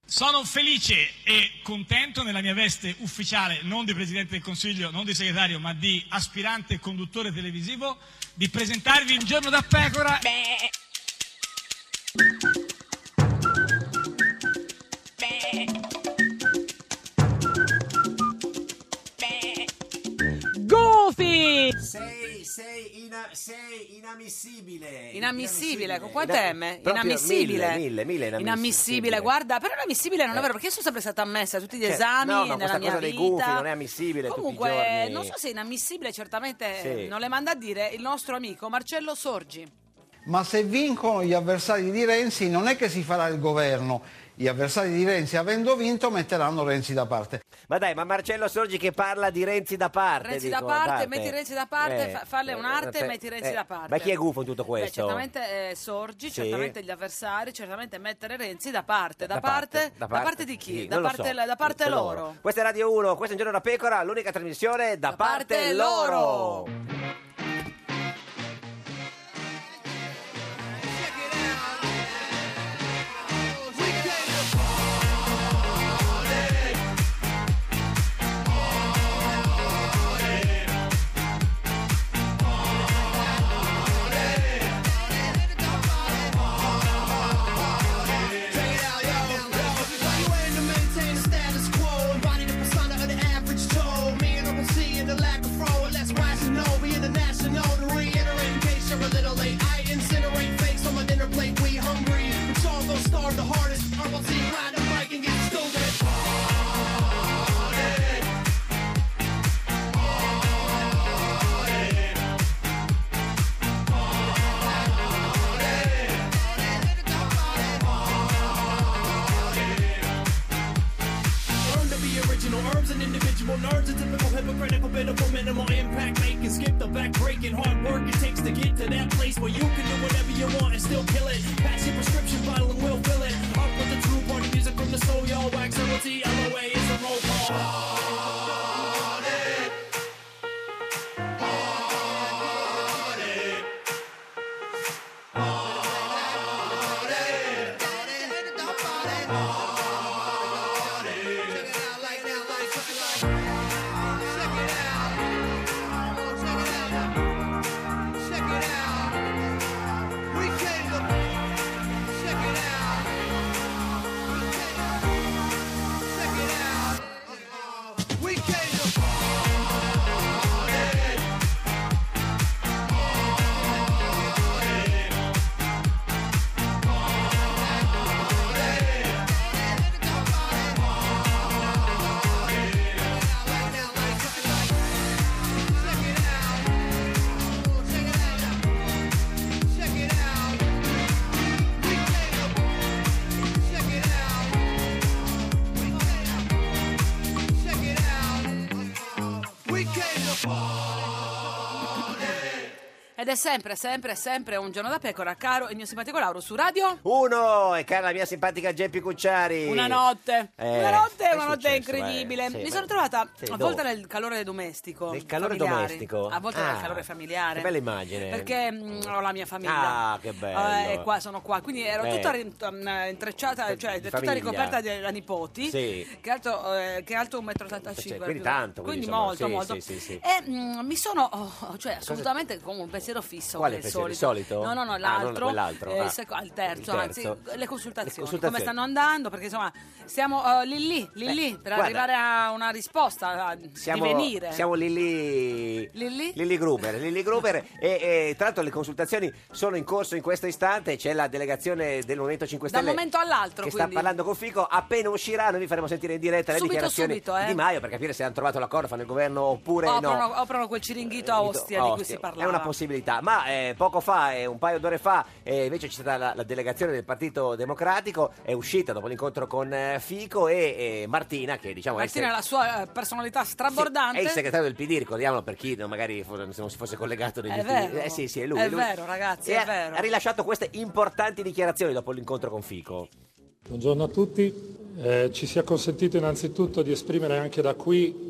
Sono felice e contento nella mia veste ufficiale, non di Presidente del Consiglio, non di segretario, ma di aspirante conduttore televisivo, di presentarvi Un giorno da pecora. Goofy! Sei inammissibile. Inammissibile, con quante M? Proprio Inammissibile. mille Inammissibile, guarda, però inammissibile non è vero, perché io sono sempre stata ammessa a tutti gli esami no, nella questa mia cosa dei vita. gufi non è ammissibile Comunque, tutti i giorni. non so se è inammissibile, certamente Sì. non le manda a dire il nostro amico Marcello Sorgi. Ma se vincono gli avversari di Renzi non è che si farà il governo. Gli avversari di Renzi, avendo vinto, metteranno Renzi da parte. Ma dai, ma Marcello Sorgi che parla di Renzi da parte. Renzi dico, da parte, metti Renzi da parte, falle un'arte e per- metti Renzi da parte. Ma chi è gufo in tutto questo? Certamente Sorgi, Sì. certamente gli avversari, certamente mettere Renzi da parte. Da parte di chi? Non lo so. Da parte loro. Questa è Radio 1, questo è Un giorno da pecora, l'unica trasmissione da parte loro. Herbs and individual nerves, a typical hypocritical bit of a minimal impact making, skip the back breaking hard work it takes to get to that place where you can do whatever you want and still kill it. Pass your prescription bottle and we'll fill it up with the true party music from the soul, y'all. Wax LOT, LOA is a roll call. Ed è sempre Un giorno da pecora, caro il mio simpatico Lauro su Radio. Uno, e cara la mia simpatica Geppi Cucciari. Una notte successo, incredibile. sì, Mi sono trovata sì, a volte nel calore domestico. Nel calore familiare. domestico? A volte nel calore familiare. Che bella immagine. Perché ho la mia famiglia. Ah, che bello. E qua sono qua. Quindi ero tutta intrecciata, cioè tutta famiglia. ricoperta da nipoti. Sì. Che è alto 1,85 m. Quindi tanto. Quindi insomma, molto, sì, molto. sì. E mi sono, cioè assolutamente con un pensiero fisso. Quale che è pensiero? Il solito? No, non l'altro. quell'altro. Al terzo, Il anzi, terzo. le consultazioni. Le Come stanno andando? Perché insomma siamo lì per guarda, arrivare a una risposta, di venire. Siamo Lilli Gruber e tra l'altro le consultazioni sono in corso in questo istante. C'è la delegazione del Movimento 5 Da un Stelle momento all'altro, che quindi. sta parlando con Fico. Appena uscirà noi vi faremo sentire in diretta le dichiarazioni subito, di Di Maio per capire se hanno trovato l'accordo, fanno il governo oppure no. Oprono quel ciringhito a Ostia di cui si parlava. È una possibilità, ma poco fa, un paio d'ore fa, invece c'è stata la delegazione del Partito Democratico, è uscita dopo l'incontro con Fico e Martina, che diciamo Martina ha la sua personalità strabordante. è il segretario del PD, ricordiamolo per chi magari non si fosse collegato negli È ultimi... vero. Sì, è lui. È vero, ragazzi, è vero. Ha rilasciato queste importanti dichiarazioni dopo l'incontro con Fico. Buongiorno a tutti, ci sia consentito innanzitutto di esprimere anche da qui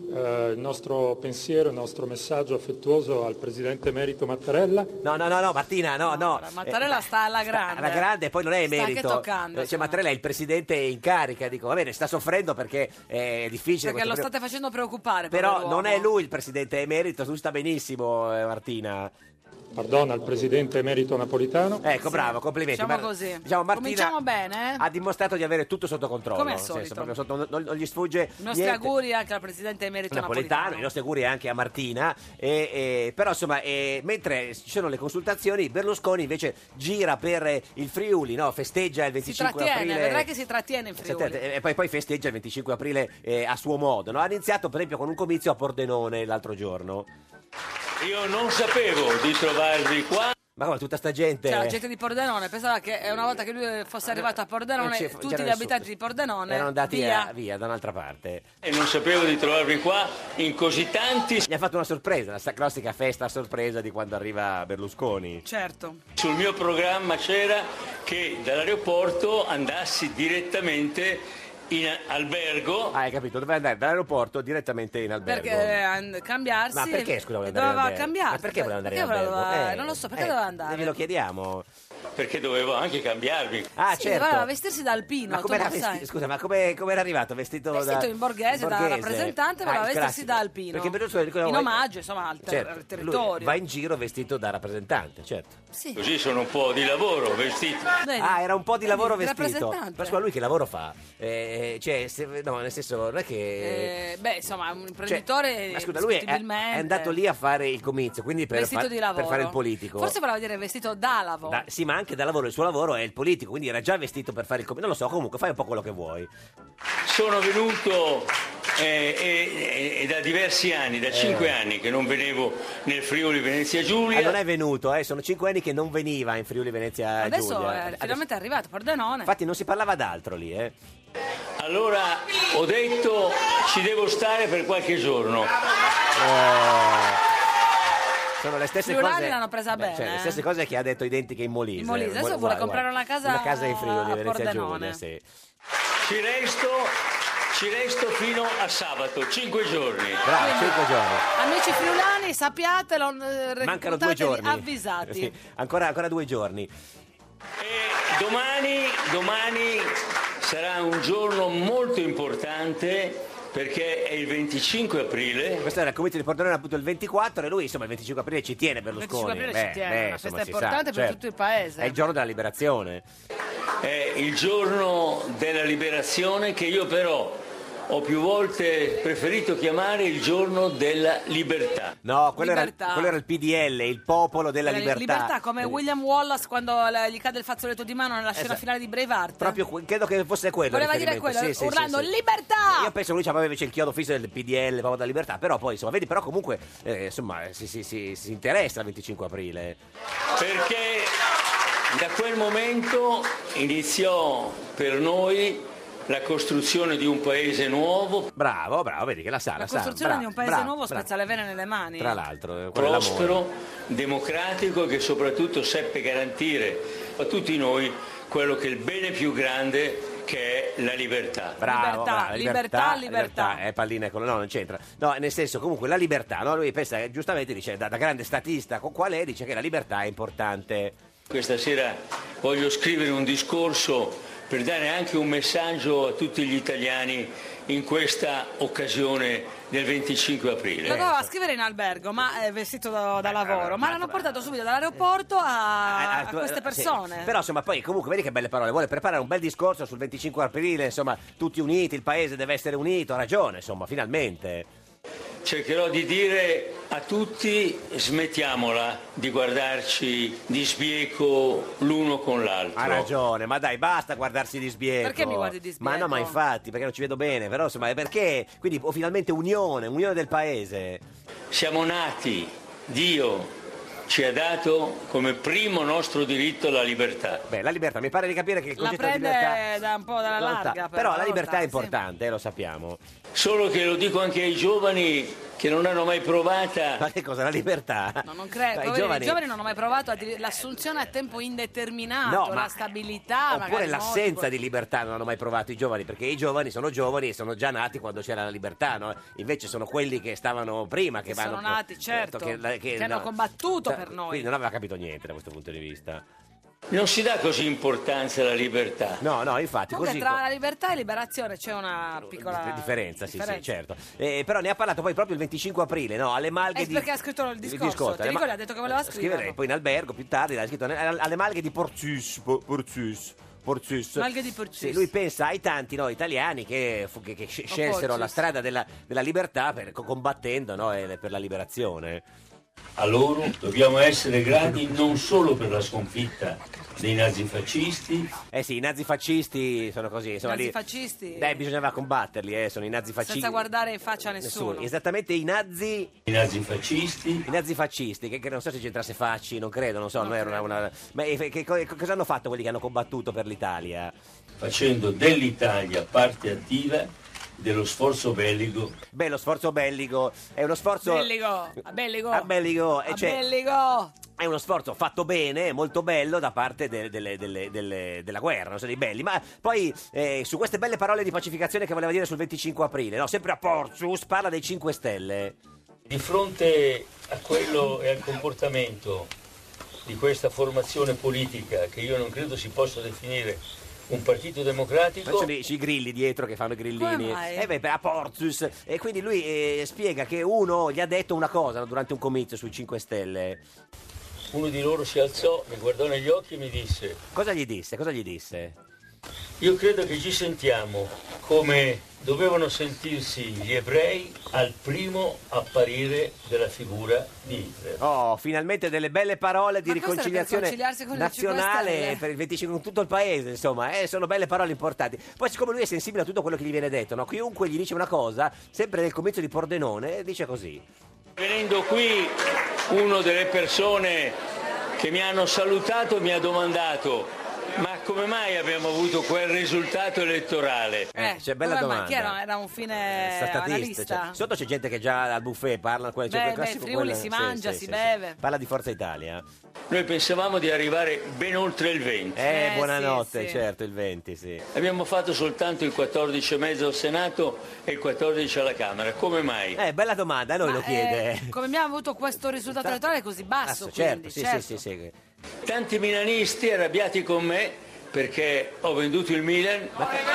il nostro pensiero, il nostro messaggio affettuoso al Presidente Emerito Mattarella. No, Martina, no. Mattarella sta alla grande. Alla grande, poi non è emerito. Sta anche toccando. Cioè, Mattarella è il presidente in carica, dico, va bene, sta soffrendo perché è difficile. Perché lo state facendo preoccupare. Però non è lui il presidente emerito, tu sta benissimo, Martina. Pardon, al Presidente Emerito Napolitano. Ecco, bravo, complimenti. Diciamo così. Diciamo, Martina Cominciamo bene. ha dimostrato di avere tutto sotto controllo. Come al nel senso, solito. proprio non gli sfugge I nostri niente. auguri anche al Presidente Emerito Napolitano. I nostri auguri anche a Martina. Però insomma, mentre ci sono le consultazioni, Berlusconi invece gira per il Friuli, no? Festeggia il 25 aprile. Vedrai che si trattiene in Friuli. E poi festeggia il 25 aprile a suo modo, no? Ha iniziato per esempio con un comizio a Pordenone l'altro giorno. Io non sapevo di trovarvi qua. Ma come tutta sta gente? Cioè, la gente di Pordenone pensava che una volta che lui fosse arrivato a Pordenone, tutti gli abitanti di Pordenone erano andati via da un'altra parte. E non sapevo di trovarvi qua in così tanti. Mi ha fatto una sorpresa, la classica festa a sorpresa di quando arriva Berlusconi. Certo. Sul mio programma c'era che dall'aeroporto andassi direttamente in albergo. Ah, hai capito, doveva andare dall'aeroporto direttamente in albergo. Perché cambiarsi. Ma perché, scusa, voleva andare in doveva albergo? cambiarsi. Ma perché voleva andare in albergo? Non lo so, perché doveva andare? Ve lo chiediamo. Perché dovevo anche cambiarmi. Ah, sì, certo. doveva vestirsi da alpino. Ma come era vestito? Scusa, ma come era arrivato? Vestito in borghese, da rappresentante, voleva vestirsi da alpino. Perché Berlusconi in omaggio, insomma, al territorio. Lui va in giro vestito da rappresentante, certo. Sì. Così sono un po' di lavoro vestito. Bene. Ah, era un po' di lavoro vestito. Rappresentante. Ma scusa, lui che lavoro fa? No, nel senso, non è che... insomma, un imprenditore, ma scusa, lui è andato lì a fare il comizio, quindi per fare il politico. Forse voleva dire vestito da lavoro. Sì, ma anche da lavoro, il suo lavoro è il politico, quindi era già vestito per fare il comizio. Non lo so, comunque fai un po' quello che vuoi. Sono venuto da diversi anni, da 5 anni che non venevo nel Friuli Venezia Giulia. Non è venuto, sono 5 anni che non veniva in Friuli Venezia Giulia. Adesso finalmente è arrivato, Pordenone. Infatti non si parlava d'altro lì, Allora ho detto ci devo stare per qualche giorno. Sono le stesse Friulani cose. l'hanno presa bene. Cioè, le stesse cose che ha detto identiche in Molise. In Molise, adesso vuole comprare una casa in Friuli a Venezia Pordenone. Giulia, sì. Ci resto fino a sabato, 5 giorni. Bravo, 5 giorni. Amici friulani, sappiatelo, Mancano 2 giorni. avvisati. Sì, ancora 2 giorni. E domani sarà un giorno molto importante perché è il 25 aprile. Questo era il comizio di Pordenone appunto il 24 e lui insomma il 25 aprile ci tiene Berlusconi. Il 25 aprile ci tiene, una insomma, festa si importante sa, per certo. tutto il paese. È il giorno della liberazione. È il giorno della liberazione che io però ho più volte preferito chiamare il giorno della libertà. No, quello era il PDL, il popolo della libertà. Libertà, come William Wallace quando gli cade il fazzoletto di mano nella scena finale di Braveheart. Proprio credo che fosse quello. Voleva dire quello, urlando libertà! Io penso che lui aveva invece il chiodo fisso del PDL, proprio della libertà, però poi insomma, vedi, però comunque insomma si interessa il 25 aprile. Perché da quel momento iniziò per noi la costruzione di un paese nuovo. Bravo, vedi che la sa. La costruzione di un paese nuovo spezza le vene nelle mani. Tra l'altro, prospero, democratico, che soprattutto seppe garantire a tutti noi quello che è il bene più grande, che è la libertà. Bravo, libertà. Pallina con no, non c'entra. No, nel senso, comunque la libertà, no? Lui pensa, giustamente dice, da grande statista, qual è, dice che la libertà è importante. Questa sera voglio scrivere un discorso per dare anche un messaggio a tutti gli italiani in questa occasione del 25 aprile. Lo doveva scrivere in albergo, ma è vestito da lavoro. Ma l'hanno portato subito dall'aeroporto a queste persone. Sì. Però insomma poi comunque vedi che belle parole. Vuole preparare un bel discorso sul 25 aprile, insomma, tutti uniti, il paese deve essere unito, ha ragione, insomma, finalmente. Cercherò di dire a tutti: smettiamola di guardarci di sbieco l'uno con l'altro. Ha ragione, ma dai, basta guardarsi di sbieco. Perché mi guardi di sbieco? Ma no, ma infatti, perché non ci vedo bene, però insomma, è perché quindi finalmente unione del paese. Siamo nati, Dio ci ha dato come primo nostro diritto la libertà. Beh, la libertà, mi pare di capire che il la concetto di prende libertà da un po' dalla larga. Però la libertà è importante, lo sappiamo. Solo che lo dico anche ai giovani, che non hanno mai provata. Ma che cosa? La libertà? No, non credo. Ma I giovani non hanno mai provato l'assunzione a tempo indeterminato, No, la stabilità. Oppure magari l'assenza di libertà non hanno mai provato i giovani, perché i giovani e sono già nati quando c'era la libertà, no? Invece sono quelli che stavano prima, che sono nati, certo, che hanno combattuto per noi. Quindi non aveva capito niente da questo punto di vista. Non si dà così importanza alla libertà. No, infatti. Comunque così tra la libertà e liberazione c'è una piccola differenza, sì, certo. Però ne ha parlato poi proprio il 25 aprile, no? Alle Malghe di... perché ha scritto il discorso. Ti ricordi, ha detto che voleva scrivere. Poi in albergo, più tardi, l'ha scritto alle Malghe di Porzus. Malghe di Porzus. Sì, lui pensa ai tanti italiani che scelsero la strada della libertà combattendo per la liberazione. A loro dobbiamo essere grati non solo per la sconfitta dei nazifascisti. Sì, i nazifascisti sono così. I nazifascisti? Bisognava combatterli, sono i nazifascisti. Senza guardare in faccia a nessuno. Esattamente, i nazifascisti. I nazifascisti, che non so se c'entrasse Facci, non credo, non so, non era una... Ma cosa hanno fatto quelli che hanno combattuto per l'Italia? Facendo dell'Italia parte attiva dello sforzo bellico. Beh, lo sforzo bellico è uno sforzo... Bellico. È uno sforzo fatto bene, molto bello da parte della guerra, non so, dei belli. Ma poi su queste belle parole di pacificazione che voleva dire sul 25 aprile, no? Sempre a Porzus parla dei 5 Stelle. Di fronte a quello e al comportamento di questa formazione politica, che io non credo si possa definire un partito democratico. Poi c'è i grilli dietro che fanno i grillini. A Porzus. E quindi lui spiega che uno gli ha detto una cosa durante un comizio sui 5 Stelle. Uno di loro si alzò, mi guardò negli occhi e mi disse... Cosa gli disse? Io credo che ci sentiamo come dovevano sentirsi gli ebrei al primo apparire della figura di Hitler. Oh, finalmente delle belle parole di riconciliazione nazionale per il 25 con tutto il paese, insomma, sono belle parole importanti. Poi siccome lui è sensibile a tutto quello che gli viene detto, no? Chiunque gli dice una cosa, sempre nel comizio di Pordenone, dice così. Venendo qui, una delle persone che mi hanno salutato mi ha domandato: ma come mai abbiamo avuto quel risultato elettorale? C'è bella domanda. Ma chi era un fine analista? Sotto c'è gente che già al buffet parla. Friuli si mangia, si beve. Parla di Forza Italia. Noi pensavamo di arrivare ben oltre il 20. Buonanotte, certo, il 20, sì. Abbiamo fatto soltanto il 14,5 al Senato e il 14 alla Camera. Come mai? Bella domanda, a noi lo chiede. Come abbiamo avuto questo risultato elettorale così basso? Certo, sì. Tanti milanisti arrabbiati con me perché ho venduto il Milan.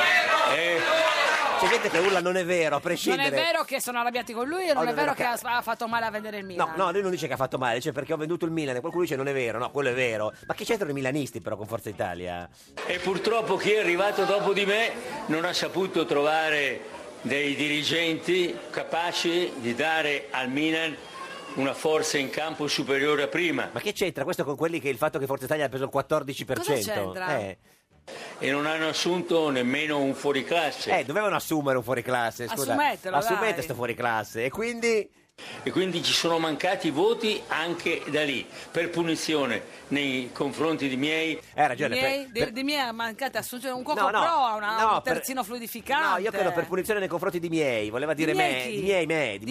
C'è gente che urla non è vero, a prescindere. Non è vero che sono arrabbiati con lui e non è vero che ha fatto male a vendere il Milan. No, lui non dice che ha fatto male, dice perché ho venduto il Milan e qualcuno dice non è vero, no, quello è vero. Ma che c'entrano i milanisti però con Forza Italia? E purtroppo chi è arrivato dopo di me non ha saputo trovare dei dirigenti capaci di dare al Milan una forza in campo superiore a prima. Ma che c'entra questo con quelli che il fatto che Forza Italia ha preso il 14%? Cosa c'entra? E non hanno assunto nemmeno un fuoriclasse. Dovevano assumere un fuoriclasse, scusa. Assumete sto fuoriclasse. E quindi ci sono mancati voti anche da lì, per punizione nei confronti di miei. Hai ragione. Di miei mancate assunzioni, un Coco Pro a un terzino fluidificante. No, io credo per punizione nei confronti di miei, voleva dire di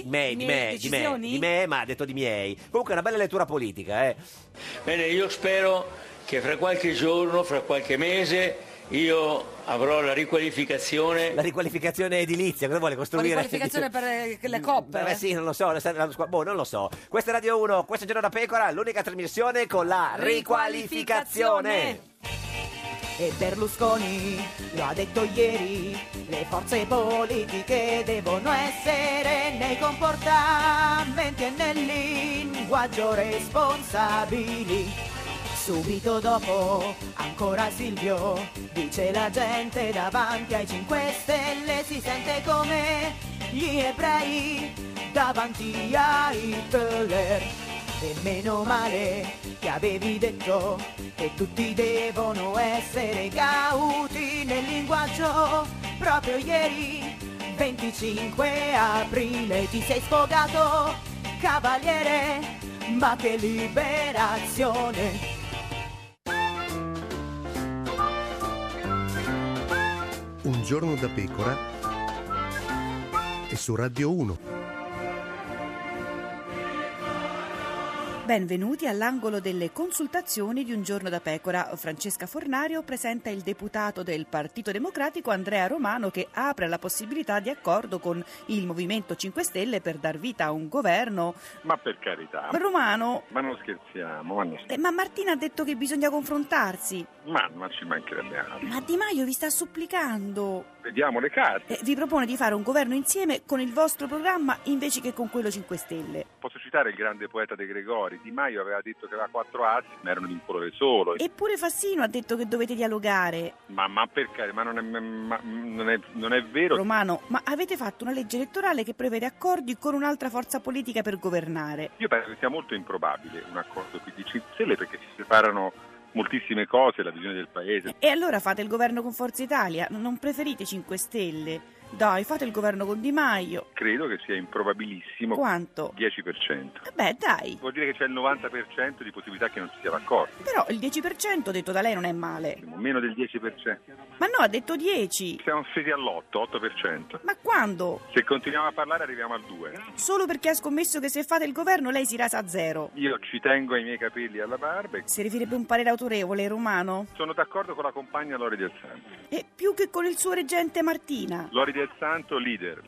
me, ma ha detto di miei. Comunque è una bella lettura politica, Bene, io spero che fra qualche giorno, fra qualche mese, io avrò la riqualificazione. La riqualificazione edilizia, cosa vuole costruire? La riqualificazione per le coppe? Sì, non lo so, non lo so. Questa è Radio 1, questo è Giorno da Pecora, l'unica trasmissione con la riqualificazione. E Berlusconi lo ha detto ieri, le forze politiche devono essere nei comportamenti e nel linguaggio responsabili. Subito dopo, ancora Silvio, dice la gente davanti ai 5 Stelle si sente come gli ebrei davanti a Hitler. E meno male che avevi detto che tutti devono essere cauti nel linguaggio. Proprio ieri, 25 aprile, ti sei sfogato, cavaliere, ma che liberazione. Un giorno da pecora e su Radio 1. Benvenuti all'angolo delle consultazioni di Un giorno da pecora. Francesca Fornario presenta il deputato del Partito Democratico Andrea Romano, che apre la possibilità di accordo con il Movimento 5 Stelle per dar vita a un governo. Ma per carità. Romano. Ma non scherziamo. Ma Martina ha detto che bisogna confrontarsi. Ma ci mancherebbe altro. Ma Di Maio vi sta supplicando. Vediamo le carte. Vi propone di fare un governo insieme con il vostro programma invece che con quello 5 Stelle. Posso citare il grande poeta De Gregori. Di Maio aveva detto che aveva 4 assi, ma erano di un colore solo. Eppure Fassino ha detto che dovete dialogare. Ma perché? Ma non è vero. Romano, ma avete fatto una legge elettorale che prevede accordi con un'altra forza politica per governare. Io penso che sia molto improbabile un accordo qui di 5 Stelle, perché si separano moltissime cose, la visione del paese. E allora fate il governo con Forza Italia? Non preferite 5 Stelle? Dai, fate il governo con Di Maio. Credo che sia improbabilissimo. Quanto? 10%. Beh, dai. Vuol dire che c'è il 90% di possibilità che non si sia d'accordo. Però il 10% detto da lei non è male. Meno del 10%. Ma no, ha detto 10. Siamo scesi all'8%. Ma quando? Se continuiamo a parlare arriviamo al 2%. Solo perché ha scommesso che se fate il governo lei si rasa a 0. Io ci tengo ai miei capelli e alla barba. Servirebbe un parere autorevole, Romano? Sono d'accordo con la compagna Lori Del Santo. E più che con il suo reggente Martina. Lori Del Santo, leader.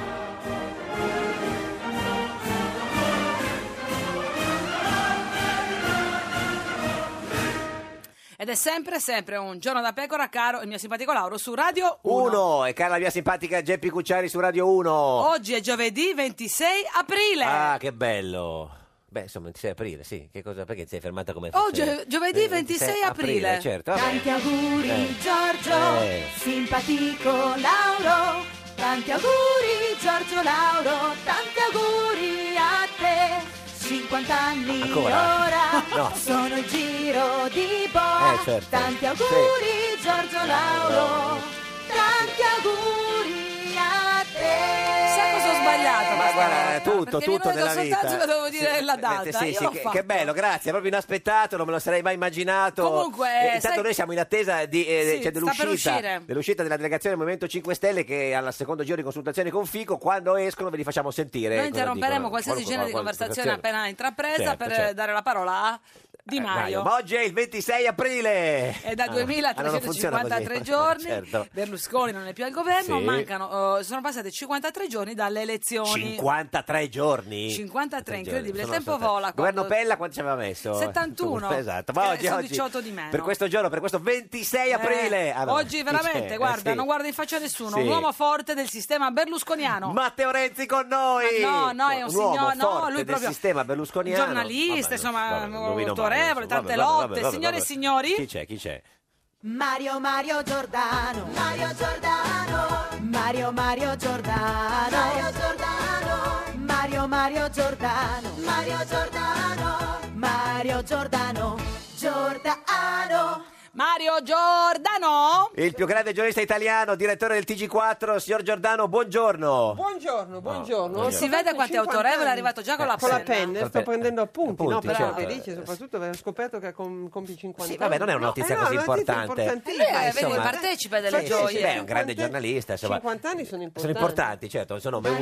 Ed è sempre un giorno da pecora, caro il mio simpatico Lauro, su Radio 1. E cara la mia simpatica Geppi Cucciari su Radio 1. Oggi è giovedì 26 aprile. Ah, che bello. Beh, insomma, 26 aprile, sì. Che cosa? Perché ti sei fermata come? Oggi è giovedì 26 aprile. Certo. Vabbè. Tanti auguri Giorgio, simpatico Lauro. Tanti auguri Giorgio Lauro, tanti auguri a te. 50 anni Ancora? ora, No. sono il giro di boa. Certo. Tanti auguri Giorgio Lauro, tanti auguri a te. Sai cosa ho sbagliato? Ma guarda, tutto nella vita. Soltanto dovevo dire la data. Sì, Io l'ho fatto. che bello, grazie, proprio inaspettato, non me lo sarei mai immaginato. Comunque, intanto noi siamo in attesa Sì, sta per dell'uscita della delegazione del Movimento 5 Stelle, che al secondo giro di consultazione con Fico, quando escono ve li facciamo sentire. Noi interromperemo qualsiasi genere di conversazione appena intrapresa per dare la parola a Di Maio. Ma oggi è il 26 aprile. È da 2353 giorni. Certo. Berlusconi non è più al governo, Sì. sono passati 53 giorni dalle elezioni. 53 giorni? 53, incredibile, il Sono tempo state- vola. Governo quando- Pella quanto ci aveva messo? 71. Esatto, ma oggi, sono 18 di meno. per questo giorno, per questo 26 aprile. Ah, no, oggi chi veramente, c'è? guarda, Sì. non guarda in faccia a nessuno, Sì. un uomo forte del sistema berlusconiano. Matteo Renzi con noi! No, è un uomo signor, no, forte lui del proprio sistema berlusconiano. giornalista, insomma, vabbè, non rovino molto male, autorevole, insomma. tante Vabbè, lotte. Signore e signori, Chi c'è? Mario Giordano, Mario Giordano, Mario Giordano, Mario Giordano, Mario Giordano, Mario Giordano. Il più grande giornalista italiano, direttore del TG4, signor Giordano, buongiorno. Buongiorno. Si vede quanto è autorevole, è arrivato già con la penna. Sto prendendo appunti, no, Appunti, però certo. felice soprattutto aver scoperto che compie 50 Sì, anni. vabbè, non è una notizia così importante. Lui è insomma, partecipe delle gioie. Beh, è un grande giornalista, insomma. 50 anni sono Sono importanti. importanti, certo. Sono certo,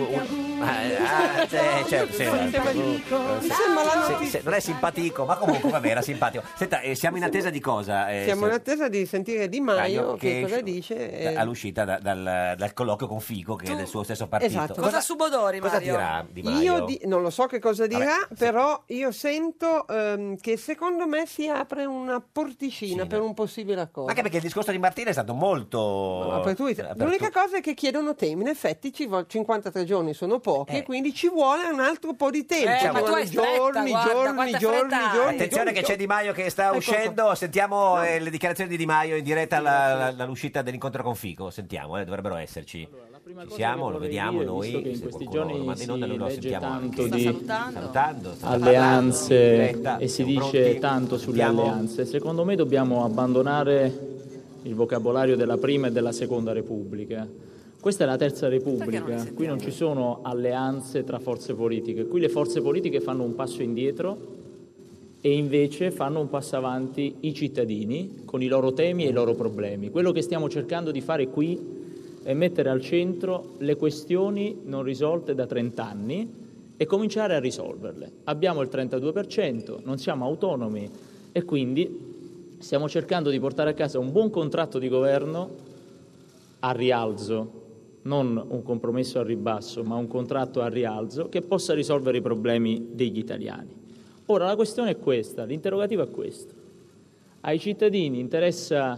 sì. Sembra la notizia. Sì, non è simpatico, ma comunque vabbè, era simpatico. Senta, siamo in attesa di cosa? Siamo in attesa di sentire Di Maio che cosa dice. All'uscita dal colloquio con Fico, che è del suo stesso partito. Esatto. Cosa subodori, Cosa Mario? dirà Di Maio? Non lo so che cosa dirà, Vabbè, però io sento che secondo me si apre una porticina per un possibile accordo. Anche perché il discorso di Martina è stato molto... L'unica cosa è che chiedono tempo, in effetti 53 giorni sono pochi e quindi ci vuole un altro po' di tempo. ma tu hai fretta, guarda, quanta fretta hai. Attenzione che c'è Di Maio che sta uscendo, sentiamo le dichiarazioni di Di Maio in diretta all'uscita dell'incontro con Fico, sentiamo, dovrebbero esserci. Ci siamo, lo vediamo noi, visto che in questi giorni si legge tanto di salutando, alleanze e si dice tanto sulle alleanze, secondo me dobbiamo abbandonare il vocabolario della prima e della seconda Repubblica. Questa è la terza Repubblica, qui non ci sono alleanze tra forze politiche, qui le forze politiche fanno un passo indietro e invece fanno un passo avanti i cittadini con i loro temi e i loro problemi. Quello che stiamo cercando di fare qui è mettere al centro le questioni non risolte da 30 anni e cominciare a risolverle. Abbiamo il 32%, non siamo autonomi e quindi stiamo cercando di portare a casa un buon contratto di governo a rialzo, non un compromesso al ribasso, ma un contratto a rialzo che possa risolvere i problemi degli italiani. Ora la questione è questa, l'interrogativo è questo. Ai cittadini interessa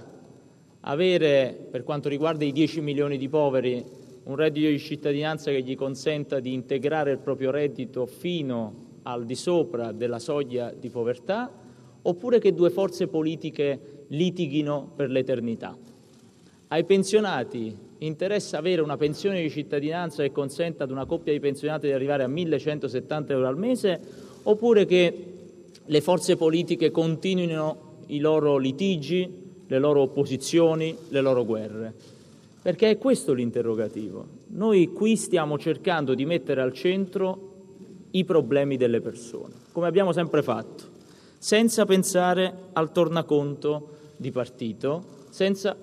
avere, per quanto riguarda i 10 milioni di poveri, un reddito di cittadinanza che gli consenta di integrare il proprio reddito fino al di sopra della soglia di povertà, oppure che due forze politiche litighino per l'eternità. Ai pensionati interessa avere una pensione di cittadinanza che consenta ad una coppia di pensionati di arrivare a 1.170 euro al mese, oppure che le forze politiche continuino i loro litigi, le loro opposizioni, le loro guerre. Perché è questo l'interrogativo. Noi qui stiamo cercando di mettere al centro i problemi delle persone, come abbiamo sempre fatto, senza pensare al tornaconto di partito, senza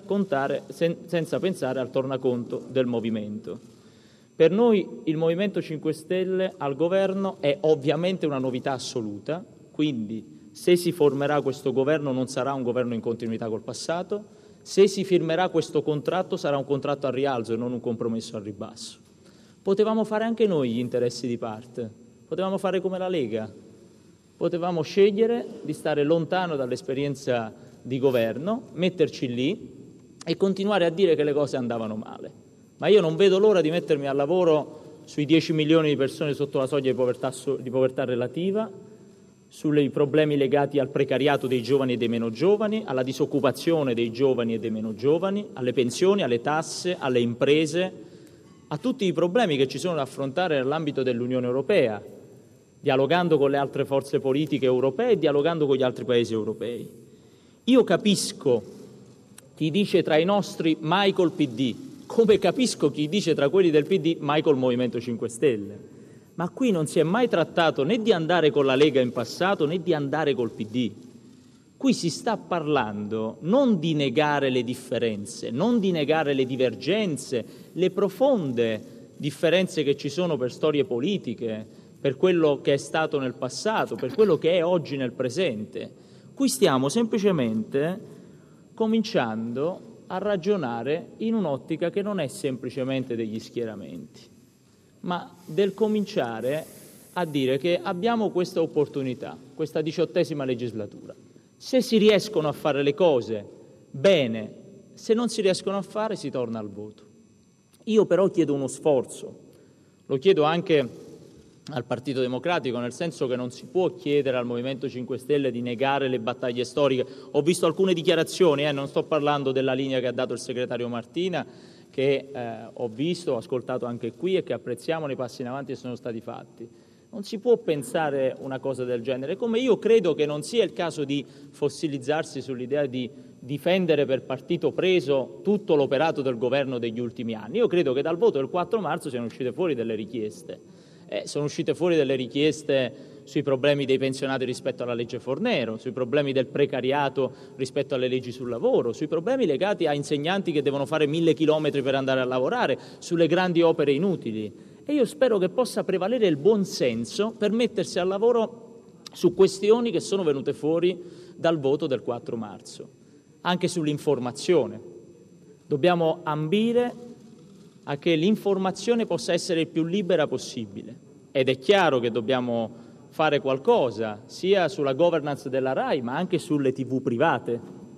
pensare al tornaconto del movimento. Per noi il Movimento 5 Stelle al governo è ovviamente una novità assoluta, quindi se si formerà questo governo non sarà un governo in continuità col passato, se si firmerà questo contratto sarà un contratto a rialzo e non un compromesso al ribasso. Potevamo fare anche noi gli interessi di parte, potevamo fare come la Lega, potevamo scegliere di stare lontano dall'esperienza di governo, metterci lì e continuare a dire che le cose andavano male. Ma io non vedo l'ora di mettermi al lavoro sui 10 milioni di persone sotto la soglia di povertà relativa, sui problemi legati al precariato dei giovani e dei meno giovani, alla disoccupazione dei giovani e dei meno giovani, alle pensioni, alle tasse, alle imprese, a tutti i problemi che ci sono da affrontare nell'ambito dell'Unione Europea, dialogando con le altre forze politiche europee e dialogando con gli altri paesi europei. Io capisco chi dice tra i nostri mai col PD, come capisco chi dice tra quelli del PD mai col Movimento 5 Stelle. Ma qui non si è mai trattato né di andare con la Lega in passato né di andare col PD. Qui si sta parlando non di negare le differenze, non di negare le divergenze, le profonde differenze che ci sono per storie politiche, per quello che è stato nel passato, per quello che è oggi nel presente. Qui stiamo semplicemente cominciando a ragionare in un'ottica che non è semplicemente degli schieramenti, ma del cominciare a dire che abbiamo questa opportunità, questa 18ª legislatura. Se si riescono a fare le cose bene, se non si riescono a fare si torna al voto. Io però chiedo uno sforzo, lo chiedo anche al Partito Democratico, nel senso che non si può chiedere al Movimento 5 Stelle di negare le battaglie storiche. Ho visto alcune dichiarazioni, non sto parlando della linea che ha dato il segretario Martina, che ho visto, ho ascoltato anche qui e che apprezziamo nei passi in avanti che sono stati fatti. Non si può pensare una cosa del genere, come io credo che non sia il caso di fossilizzarsi sull'idea di difendere per partito preso tutto l'operato del governo degli ultimi anni. Io credo che dal voto del 4 marzo siano uscite fuori delle richieste. Sono uscite fuori delle richieste sui problemi dei pensionati rispetto alla legge Fornero, sui problemi del precariato rispetto alle leggi sul lavoro, sui problemi legati a insegnanti che devono fare 1000 chilometri per andare a lavorare, sulle grandi opere inutili. E io spero che possa prevalere il buon senso per mettersi al lavoro su questioni che sono venute fuori dal voto del 4 marzo, anche sull'informazione. Dobbiamo ambire a che l'informazione possa essere il più libera possibile. Ed è chiaro che dobbiamo fare qualcosa, sia sulla governance della RAI, ma anche sulle TV private.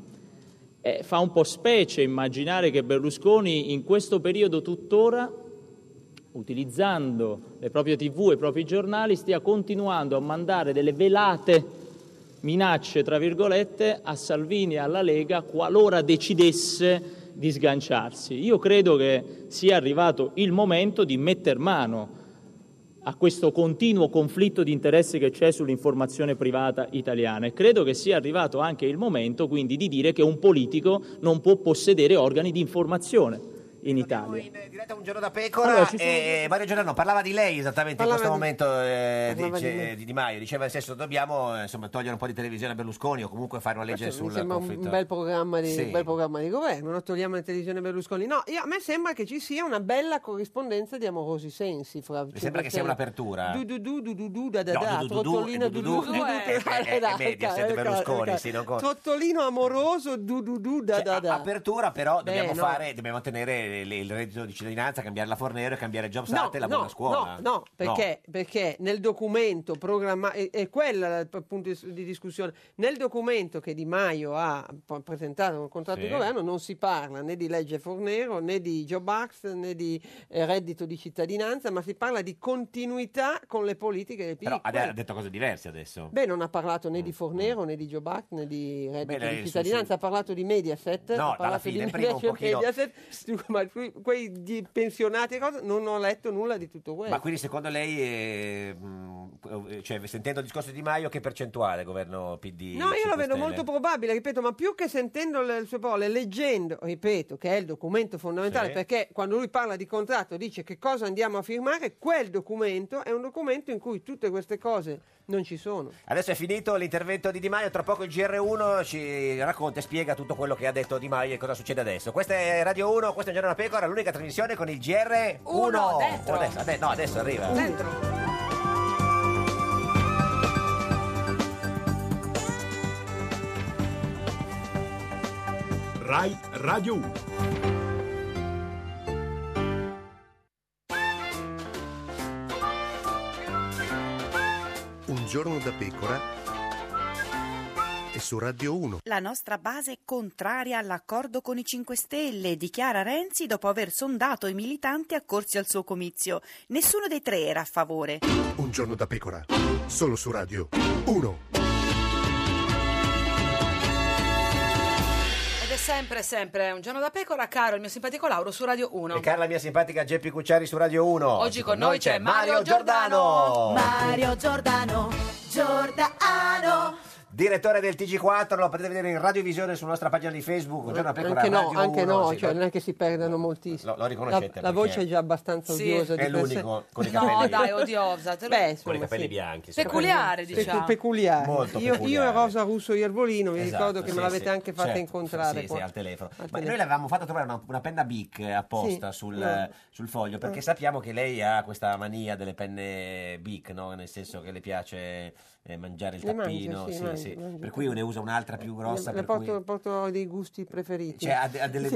Fa un po' specie immaginare che Berlusconi in questo periodo tuttora, utilizzando le proprie TV e i propri giornali, stia continuando a mandare delle velate minacce, tra virgolette, a Salvini e alla Lega qualora decidesse di sganciarsi. Io credo che sia arrivato il momento di metter mano a questo continuo conflitto di interessi che c'è sull'informazione privata italiana e credo che sia arrivato anche il momento quindi di dire che un politico non può possedere organi di informazione. in Italia. In diretta Un Giorno da Pecora, Mario Giordano parlava di lei esattamente in questo momento, di Maio, diceva nel senso dobbiamo togliere un po' di televisione a Berlusconi o comunque fare una legge sul conflitto. Un bel programma di governo, non togliamo la televisione Berlusconi. No, a me sembra che ci sia una bella corrispondenza di amorosi sensi fra. Mi sembra che sia un'apertura. Trottolino Berlusconi, sì, Trottolino amoroso apertura, però dobbiamo tenere il reddito di cittadinanza, cambiare la Fornero, cambiare Jobs Act e la buona scuola. No, perché nel documento è quella il punto di discussione. Nel documento che Di Maio ha presentato con contratto di governo non si parla né di legge Fornero né di Job Act né di reddito di cittadinanza, ma si parla di continuità con le politiche del PD. Però ha detto cose diverse adesso. Non ha parlato né di Fornero né di Job Act né di reddito di cittadinanza, ha parlato di Mediaset, ma quei pensionati non ho letto nulla di tutto questo. Ma quindi secondo lei, sentendo il discorso di Di Maio, che percentuale governo PD? No, io lo vedo molto probabile, ripeto, ma più che sentendo le sue parole, leggendo, ripeto, che è il documento fondamentale, perché quando lui parla di contratto dice che cosa andiamo a firmare, quel documento è un documento in cui tutte queste cose non ci sono. Adesso è finito l'intervento di Di Maio, tra poco il GR1 ci racconta e spiega tutto quello che ha detto Di Maio e cosa succede adesso. Questa è Radio 1, questo è Un Giorno da Pecora, l'unica trasmissione con il GR1. Adesso arriva. Dentro. Rai Radio 1. Un Giorno da Pecora e su Radio 1. La nostra base è contraria all'accordo con i 5 Stelle, dichiara Renzi dopo aver sondato i militanti accorsi al suo comizio. Nessuno dei tre era a favore. Un Giorno da Pecora, solo su Radio 1. Sempre Un Giorno da Pecora, caro il mio simpatico Lauro su Radio 1. E cara la mia simpatica Geppi Cucciari su Radio 1. Oggi con noi c'è Mario Giordano. Mario Giordano. Direttore del TG4, lo potete vedere in radiovisione sulla nostra pagina di Facebook. Un Giorno da Pecora, anche no, non è che si perdano moltissimo. Lo riconoscete? La voce è già abbastanza odiosa. È l'unico con i capelli. No, dai, odiosa. Con i capelli bianchi. Peculiare, diciamo. Peculiare. Molto io peculiare. e Rosa Russo Iervolino, mi ricordo che me l'avete anche fatta incontrare. Sì, al telefono. Ma noi le avevamo fatto trovare una penna Bic apposta sul foglio, perché sappiamo che lei ha questa mania delle penne Bic, no? Nel senso che le piace mangiare il tappino, mangio. Per cui ne usa un'altra più grossa. Porto dei gusti preferiti. Cioè, ha delle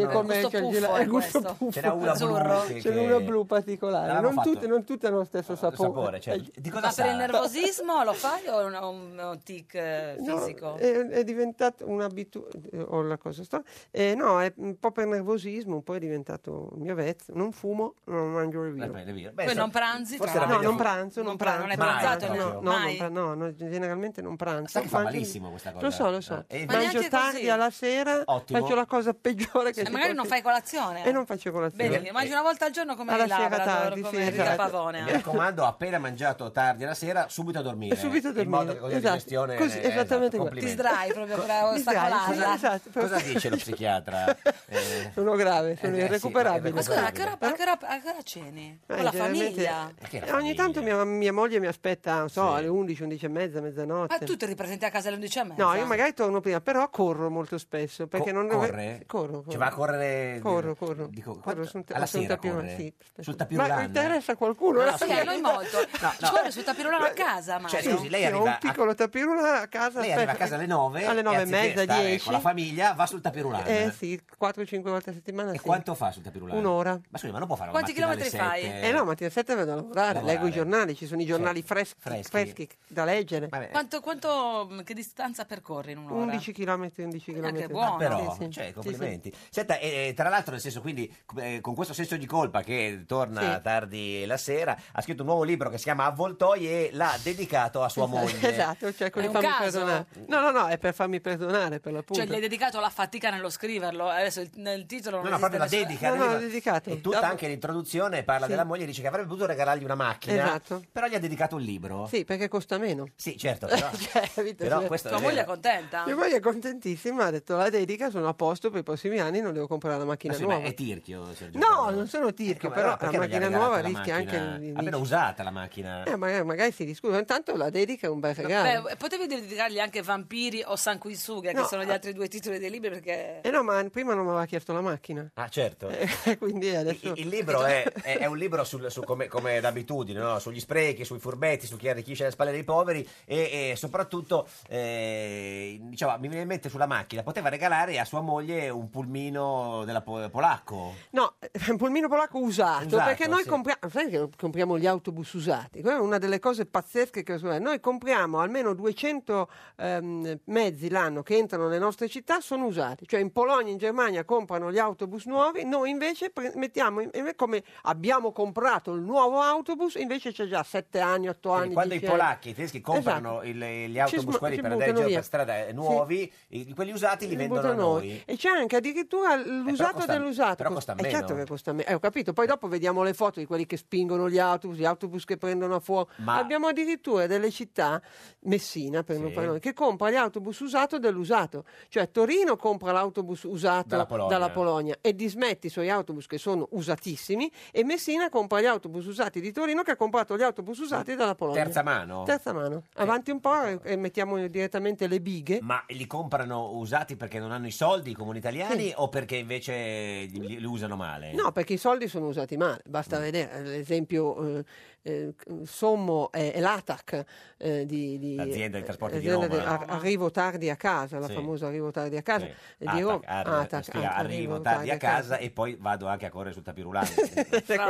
il gusto puffo. Ce n'è una blu. C'è una blu particolare. Non tutte hanno lo stesso sapore. Di cosa ma per il nervosismo lo fai o un tic fisico? È diventato un'abitudine, o la cosa no, è un po' per nervosismo, poi è diventato un mio vezzo. Non fumo, non mangio le vino. Poi non pranzi? No, non pranzo. Non è pranzato? No, generalmente non pranzo. Sai che fa malissimo questa cosa? Lo so. Ma mangio tardi così? alla sera, faccio la cosa peggiore che magari non fai colazione. E non faccio colazione. Bene, mangi una volta al giorno come alla Labrador, sera tardi, come esatto. Rita Pavone. Mi raccomando, appena mangiato tardi alla sera, subito a dormire. In modo che così la digestione esattamente ti sdrai proprio per ostacolarla. Cosa dice lo psichiatra? Sono grave, sono irrecuperabile. Ma scusa, a che ora ceni? Con la famiglia? Ogni tanto mia moglie mi aspetta, non so, alle 11, 11 e mezza, mezzanotte. Ma tu ti ripresenti a casa alle 11 e mezza? No, io magari torno prima, però corro molto spesso. Perché non corre? Corro. Ci va a correre? Corro. Alla sera corre? Sì, sul tapirulan? Ma interessa a qualcuno? Sì, a noi molto. Ci corre sul tapirulan a casa, Mario. Cioè, scusi, lei arriva un piccolo tapirulan a casa. Lei arriva a casa alle 9. Alle 9 e mezza, 10. Con la famiglia va sul tapirulan. Sì, 4-5 volte a settimana. E quanto fa sul tapirulan? Un'ora. Ma scusi, ma non può fare quanti chilometri fai? No, mattina 7 vado a lavorare, leggo i giornali, ci sono i giornali freschi da leggere. Che distanza percorri in un'ora? 11 km. Che buono. Però, complimenti. Senta, tra l'altro, nel senso, quindi, con questo senso di colpa che torna tardi la sera, ha scritto un nuovo libro che si chiama Avvoltoi e l'ha dedicato a sua moglie. Esatto, cioè con farmi perdonare. No, è per farmi perdonare, per l'appunto. Cioè, gli hai dedicato la fatica nello scriverlo, adesso nel titolo non proprio la dedica. No, dedicato. E tutta anche l'introduzione parla della moglie, dice che avrebbe potuto regalargli una macchina, esatto. però gli ha dedicato un libro. Sì, perché costa meno. Sì, certo, però vita. Però cioè, questo Tua moglie è contenta? mia moglie è contentissima, ha detto la dedica, sono a posto per i prossimi anni, non devo comprare la macchina nuova. Ma è tirchio, Sergio? No, non sono tirchio, Come, però allora, perché la non gli ha macchina regalato nuova la rischia macchina? anche Almeno usata la macchina. Magari si discute. Intanto la dedica è un bel regalo. Beh, potevi dedicargli anche Vampiri o Sanguisuga, che No, sono gli altri due titoli dei libri, perché... No, ma prima non mi aveva chiesto la macchina. Ah, certo. Quindi adesso... Il libro è un libro su come d'abitudine, no? Sugli sprechi, sui furbetti, su chi arricchisce le spalle dei poveri e soprattutto, diciamo, mi viene in mente sulla macchina, poteva regalare a sua moglie un pulmino della polacco. No, un pulmino polacco usato, perché noi sì. compriamo gli autobus usati. Quella è una delle cose pazzesche che noi compriamo almeno 200 mezzi l'anno che entrano nelle nostre città sono usati. Cioè in Polonia, in Germania comprano gli autobus nuovi, noi invece mettiamo, come abbiamo comprato il nuovo autobus, invece c'è già 7 anni, 8 anni. Quando i 10 anni. polacchi, i tedeschi comprano gli autobus quelli per andare in giro per strada nuovi, quelli usati li vendono a noi. E c'è anche addirittura l'usato dell'usato. Però costa meno. Certo che costa meno. Ho capito. Poi dopo vediamo le foto di quelli che spingono gli autobus che prendono a fuoco. Ma... Abbiamo addirittura delle città, Messina per non parlare, che compra gli autobus usato dell'usato. Cioè Torino compra l'autobus usato dalla Polonia e dismette i suoi autobus che sono usatissimi, e Messina compra gli autobus usati di Torino che ha comprato gli autobus usati dalla Polonia. Terza mano? Terza mano. Avanti un po' e mettiamo direttamente le bighe. Ma li comprano usati perché non hanno i soldi i comuni italiani o perché invece li usano male? No, perché i soldi sono usati male, basta vedere l'esempio sommo è l'ATAC di l'azienda di trasporti di Roma. Arrivo tardi a casa, la Sì. famosa arrivo tardi a casa di Roma. Arrivo tardi a casa e poi vado anche a correre sul tapirulante.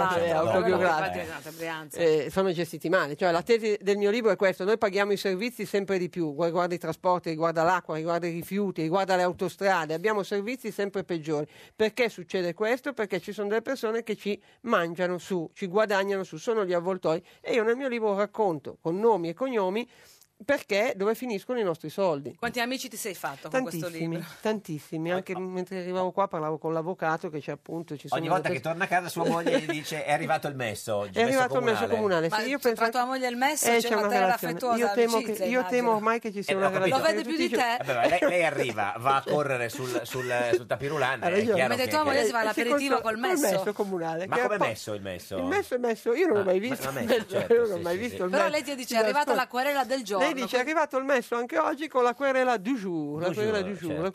Sono gestiti male, cioè la tesi del mio libro è questa: noi paghiamo i servizi sempre di più, riguarda i trasporti, riguarda l'acqua, riguarda i rifiuti, riguarda le autostrade, abbiamo servizi sempre peggiori. Perché succede questo? Perché ci sono delle persone che ci mangiano su, ci guadagnano su, sono gli avvoltoi, e io nel mio libro racconto con nomi e cognomi perché dove finiscono i nostri soldi. Quanti amici ti sei fatto con questo libro? Tantissimi, anche mentre arrivavo qua parlavo con l'avvocato che c'è appunto ci sono Ogni volta che torna a casa sua moglie gli dice è arrivato il messo oggi. È arrivato il messo comunale. Ma Sì, io tra tua moglie e il messo c'è una terra affettuosa, io temo ormai che ci sia una relazione. Lo vede più di te? Vabbè, lei arriva, va a correre sul tapirulante. Mentre tua moglie si fa l'aperitivo col messo comunale. Ma come messo il messo? Il messo è messo, io non l'ho mai visto. Però lei ti dice è arrivata la querela del giorno. Lei dice è arrivato il messo anche oggi con la querela du jour. La querela du jour.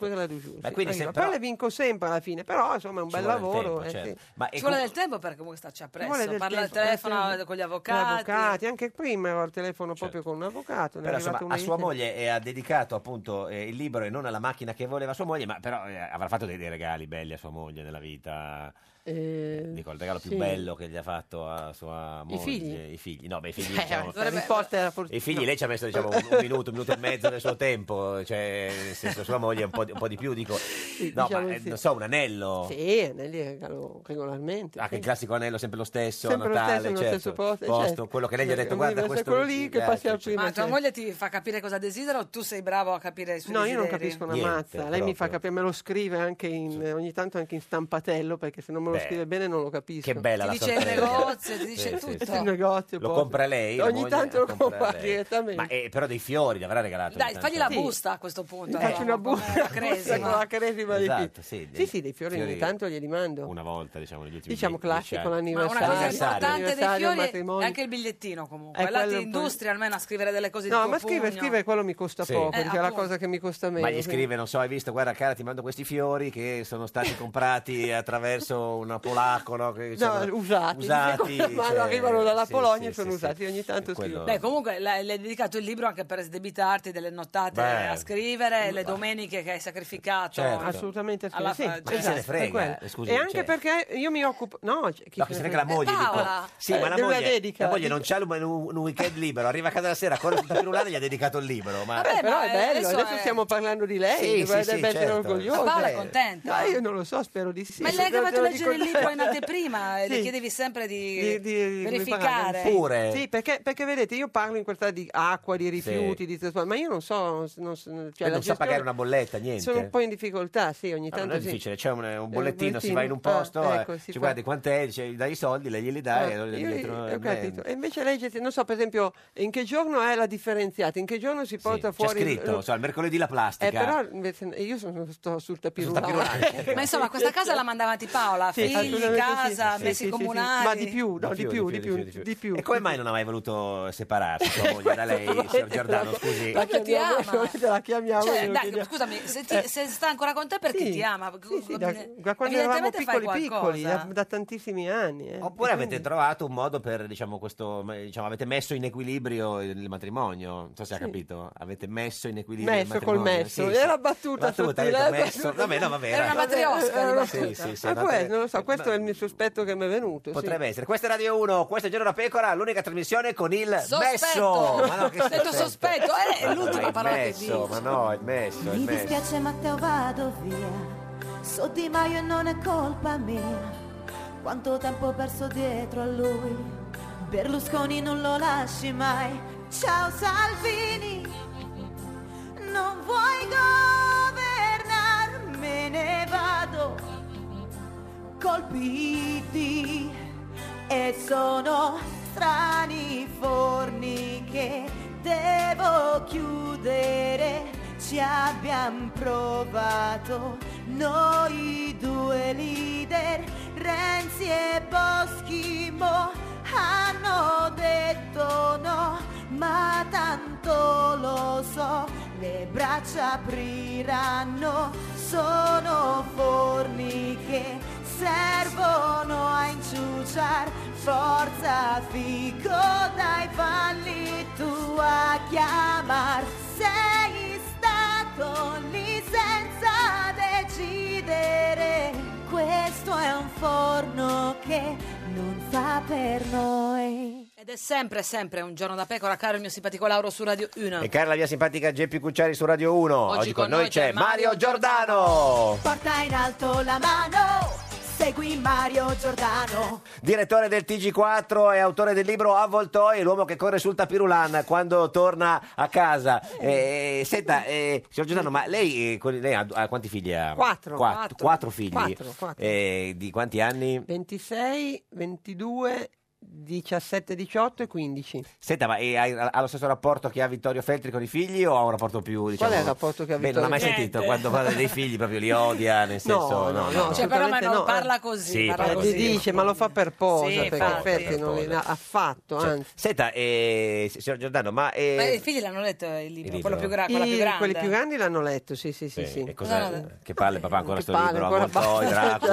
Poi le vinco sempre alla fine, però insomma è un bel lavoro. Ci vuole del tempo perché comunque starci appresso. Parla al telefono con gli avvocati. Anche prima ero al telefono proprio con un avvocato. Però insomma, a sua moglie ha dedicato appunto il libro e non alla macchina che voleva sua moglie, ma però avrà fatto dei regali belli a sua moglie nella vita. Dico, il regalo più bello che gli ha fatto a sua moglie. I figli? No, beh, i figli diciamo, i figli lei ci ha messo diciamo un minuto e mezzo del suo tempo, cioè nel senso sua moglie un po' di più, dico no, diciamo ma non so, un anello. Sì, anelli regalo regolarmente. Che il classico anello sempre lo stesso sempre a Natale, lo stesso posto, certo. Quello che lei gli ha detto guarda questo quello lì che passi al primo. Ma tua moglie ti fa capire cosa desidera o tu sei bravo a capire i suoi desideri? No, io non capisco una mazza. Lei mi fa capire, me lo scrive anche ogni tanto anche in stampatello, perché se non me lo scrive bene non lo capisco. Che bella ti dice il negozio, ti dice tutto. Il negozio, lo compra lei? Ogni tanto lo compra direttamente. Ma però dei fiori gli avrà regalato. Dai, fagli la busta a questo punto. Faccio una busta con la cresima esatto, sì, dei fiori ogni tanto glieli mando. Una volta, diciamo, negli ultimi classico l'anniversario. Ma una cosa importante dei fiori matrimonio. è anche il bigliettino comunque. L'industria almeno a scrivere delle cose di no, ma scrive quello mi costa poco, perché è la cosa che mi costa meno. Ma gli scrive, non so, hai visto, guarda cara, ti mando questi fiori che sono stati comprati attraverso una polacco, no? Usati ma arrivano dalla Polonia e sono usati, ogni tanto scrivo. Beh, comunque le hai dedicato il libro anche per sdebitarti delle nottate a scrivere, le domeniche che hai sacrificato. Certo. Assolutamente ma chi se ne frega? Scusi, e anche perché io mi occupo chi se ne frega la moglie, sì, ma la moglie non c'ha un weekend libero, arriva a casa la sera, corre sul tapirulante e gli ha dedicato il libro. Ma però è bello, adesso stiamo parlando di lei, dovrebbe essere orgogliosa. Paola è contenta. Ma io non lo so, spero di sì. Ma lei che ha fatto leggere il libro in anteprima e le chiedevi sempre di verificare. Pure. Sì, perché vedete, io parlo in qualità di acqua, di rifiuti, di trasporto, ma io non so... non sa pagare una bolletta, niente. Sono un po' in difficoltà, sì, ogni tanto non è difficile, c'è un bollettino, si va in un posto, ci guardi quant'è, dai i soldi, lei glieli dai e allora ho capito. E invece legge, non so, per esempio, in che giorno è la differenziata, in che giorno si porta fuori... C'è scritto, il mercoledì la plastica. Però invece io sto sul tapirulano. Ma insomma, questa casa la mandava avanti Paola, figli, casa, messi comunali. Ma di più. E come mai non ha mai voluto separarsi sua moglie da lei, signor Giordano, scusi? Perché ti ama. La chiamiamo. Scusami, se sta ancora con te perché ti ama? Da quando eravamo piccoli, da tantissimi anni. Oppure avete trovato un modo per, avete messo in equilibrio il matrimonio, non so se ha capito, avete messo in equilibrio il matrimonio. Era battuta messo. Vabbè, era una matriosca. Non lo so, questo è il mio sospetto che mi è venuto. Potrebbe essere. Questa è Radio 1, questo è Giorno da Pecora, l'unica trasmissione con il sospetto. messo. Ma no, che detto sospetto, è l'ultima parola che dico. Ma no, il messo. Mi dispiace Matteo, vado via. So Di Maio e non è colpa mia. Quanto tempo ho perso dietro a lui. Berlusconi non lo lasci mai. Ciao Salvini, non vuoi governare, me ne vado. Colpiti e sono strani forni che devo chiudere. Ci abbiamo provato noi due leader, Renzi e Boschimo hanno detto no, ma tanto lo so, le braccia apriranno, sono forni che servono a inciuciar, forza fico dai falli tu a chiamar, sei stato lì senza decidere, questo è un forno che non fa per noi. Ed è sempre un giorno da pecora, caro il mio simpatico Lauro su Radio 1. E cara la mia simpatica Geppi Cucciari su Radio 1. Oggi con noi c'è Mario Giordano. Porta in alto la mano, segui Mario Giordano. Direttore del TG4 e autore del libro Avvoltoi, l'uomo che corre sul tapirulan quando torna a casa. Senta, signor Giordano, ma lei ha quanti figli ha? Quattro figli. Quattro. Di quanti anni? 26, 22... 17, 18 e 15. Senta, ma ha lo stesso rapporto che ha Vittorio Feltri con i figli o ha un rapporto più, Qual è il rapporto che ha Vittorio? Non l'ha mai sentito, quando parla dei figli proprio li odia, nel senso... No, cioè, però ma non parla così. Sì, parla così. Dice, ma lo fa per posa, sì, perché Feltri non li ha affatto, anzi. Senta, signor Giordano, ma i figli l'hanno letto il libro? Quello più grande? Quelli più grandi l'hanno letto, sì. E che palle, papà, ancora sto libro, Avvoltoi,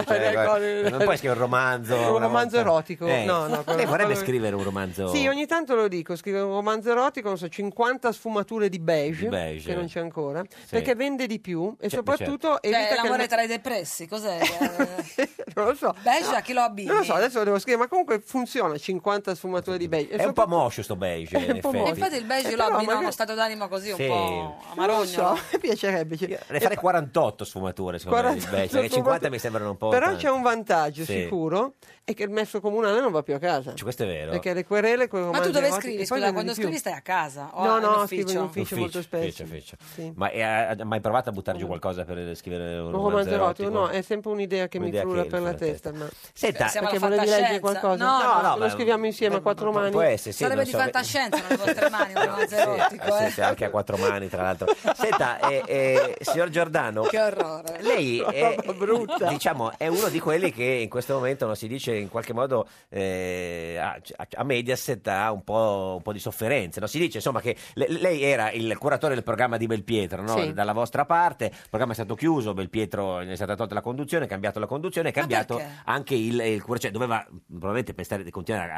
non puoi scrivere un romanzo? Un romanzo erotico? No. Lei vorrebbe scrivere un romanzo? Sì, ogni tanto lo dico, scrivo un romanzo erotico, non so, 50 sfumature di beige, che non c'è ancora, perché vende di più e soprattutto evita l'amore tra i depressi, cos'è? Non lo so. Beige a chi lo abbini? Non lo so, adesso lo devo scrivere, ma comunque funziona, 50 sfumature di beige. È un po' moscio sto beige, in effetti. Infatti il beige lo abbino a uno stato d'animo così un po' amarogno. Non so, mi piacerebbe. Ne farei 48 sfumature, secondo me, di beige, perché 50 mi sembrano un po'... Però c'è un vantaggio sicuro, è che il messo comunale non va più a casa. Questo è vero. Perché le querele con i romanzi Ma tu dove erotici, scrivi? Scusa, quando scrivi stai a casa? O no, scrivo in ufficio molto spesso. Sì. Ma ha mai provato a buttare giù qualcosa per scrivere un romanzo erotico? No, è sempre un'idea che mi frulla per la testa. Ma... Senta, perché volevi leggere qualcosa? No, lo scriviamo insieme a quattro mani. Può essere, sarebbe di fantascienza nelle vostre mani un romanzo erotico. Sì, anche a quattro mani, tra l'altro. Senta, signor Giordano, che orrore. Lei è uno di quelli che in questo momento non si dice in qualche modo a Mediaset ha un po' di sofferenze, no? Si dice insomma che lei era il curatore del programma di Belpietro, no? Sì. Dalla vostra parte, il programma è stato chiuso, Belpietro è stata tolta la conduzione, è cambiato la conduzione, è cambiato anche il cioè doveva probabilmente continuare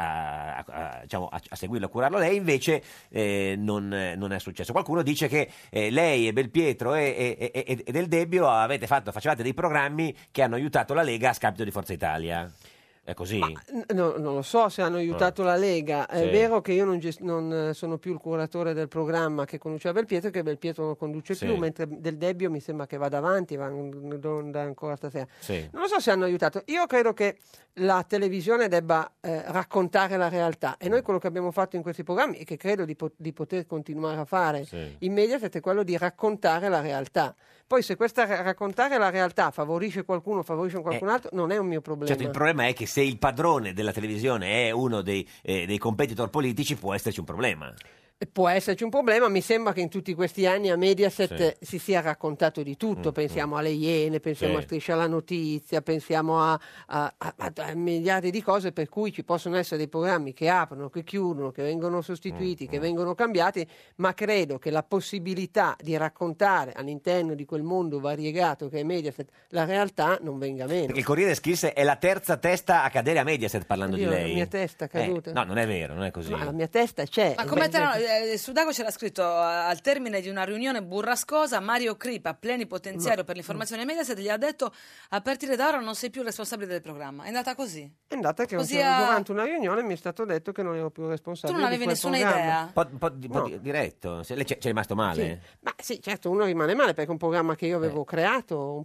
a seguirlo, a curarlo lei, invece non è successo. Qualcuno dice che lei e Belpietro e Del Debbio facevate dei programmi che hanno aiutato la Lega a scapito di Forza Italia. È così? Non lo so se hanno aiutato la Lega. È vero che io non sono più il curatore del programma che conduceva Belpietro, che Belpietro non conduce più, mentre Del Debbio mi sembra che vada avanti, va ancora stasera. Non lo so se hanno aiutato. Io credo che la televisione debba raccontare la realtà, e noi quello che abbiamo fatto in questi programmi e che credo di poter continuare a fare in Mediaset è quello di raccontare la realtà. Poi se questa raccontare la realtà favorisce qualcuno, favorisce qualcun altro, non è un mio problema. Certo, il problema è che se il padrone della televisione è uno dei competitor politici, può esserci un problema. Può esserci un problema, mi sembra che in tutti questi anni a Mediaset si sia raccontato di tutto, pensiamo alle Iene, pensiamo a Striscia la Notizia, pensiamo a miliardi di cose, per cui ci possono essere dei programmi che aprono, che chiudono, che vengono sostituiti, che vengono cambiati, ma credo che la possibilità di raccontare all'interno di quel mondo variegato che è Mediaset la realtà non venga meno. Perché il Corriere scrisse: è la terza testa a cadere a Mediaset, parlando di lei. La mia testa è caduta. No, non è vero, non è così. Ma la mia testa c'è. Ma come Sudago c'era scritto: al termine di una riunione burrascosa, Mario Cripa, plenipotenziario per l'informazione Mediaset, gli ha detto: a partire da ora non sei più responsabile del programma. È andata così? È andata che durante una riunione mi è stato detto che non ero più responsabile. Tu non avevi nessuna idea? Un po' diretto. Lei c'è rimasto male? Ma sì, certo, uno rimane male perché è un programma che io avevo creato,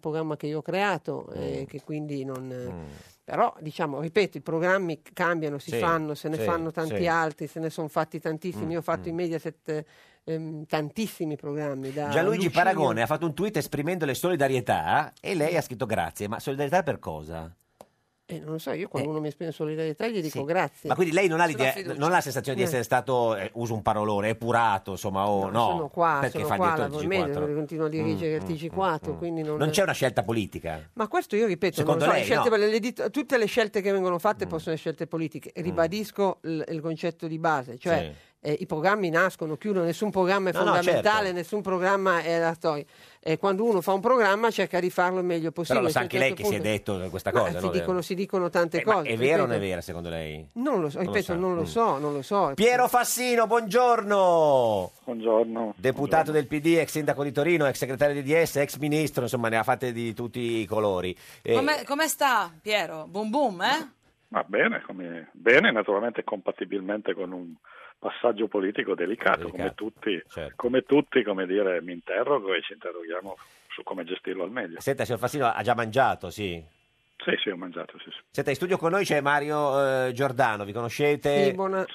che quindi non... Però, diciamo, ripeto, i programmi cambiano, si fanno, se ne fanno tanti altri, se ne sono fatti tantissimi. Io ho fatto in Mediaset tantissimi programmi. Gianluigi Paragone ha fatto un tweet esprimendo le solidarietà e lei ha scritto grazie, ma solidarietà per cosa? Non lo so, io quando uno mi esprime solidarietà gli dico grazie. Ma quindi lei non ha la sensazione di essere stato, uso un parolone, epurato, insomma, o no? Sono qua, perché sono fa qua, dietro il TG4? continuo a dirigere il TG4, quindi non c'è una scelta politica? Ma questo io ripeto, Secondo non lo so, lei, tutte le scelte che vengono fatte possono essere scelte politiche. Ribadisco il concetto di base, cioè i programmi nascono, chiudono, nessun programma è fondamentale, nessun programma è la storia. Quando uno fa un programma cerca di farlo il meglio possibile. Però lo sa anche lei che si è detto questa cosa, no? Si dicono tante cose. Ma è vero o non è vera secondo lei? Non lo so, ripeto, non lo so. Piero Fassino, buongiorno. Buongiorno. Deputato del PD, ex sindaco di Torino, ex segretario di DS, ex ministro, insomma ne ha fatte di tutti i colori. Come sta Piero? Boom boom, Va bene, bene, naturalmente compatibilmente con un passaggio politico delicato. Come tutti, come dire, mi interrogo e ci interroghiamo su come gestirlo al meglio. Senta, signor Fassino, ha già mangiato, sì? Sì, ho mangiato, sì. Senta, in studio con noi c'è Mario Giordano, vi conoscete? Sì,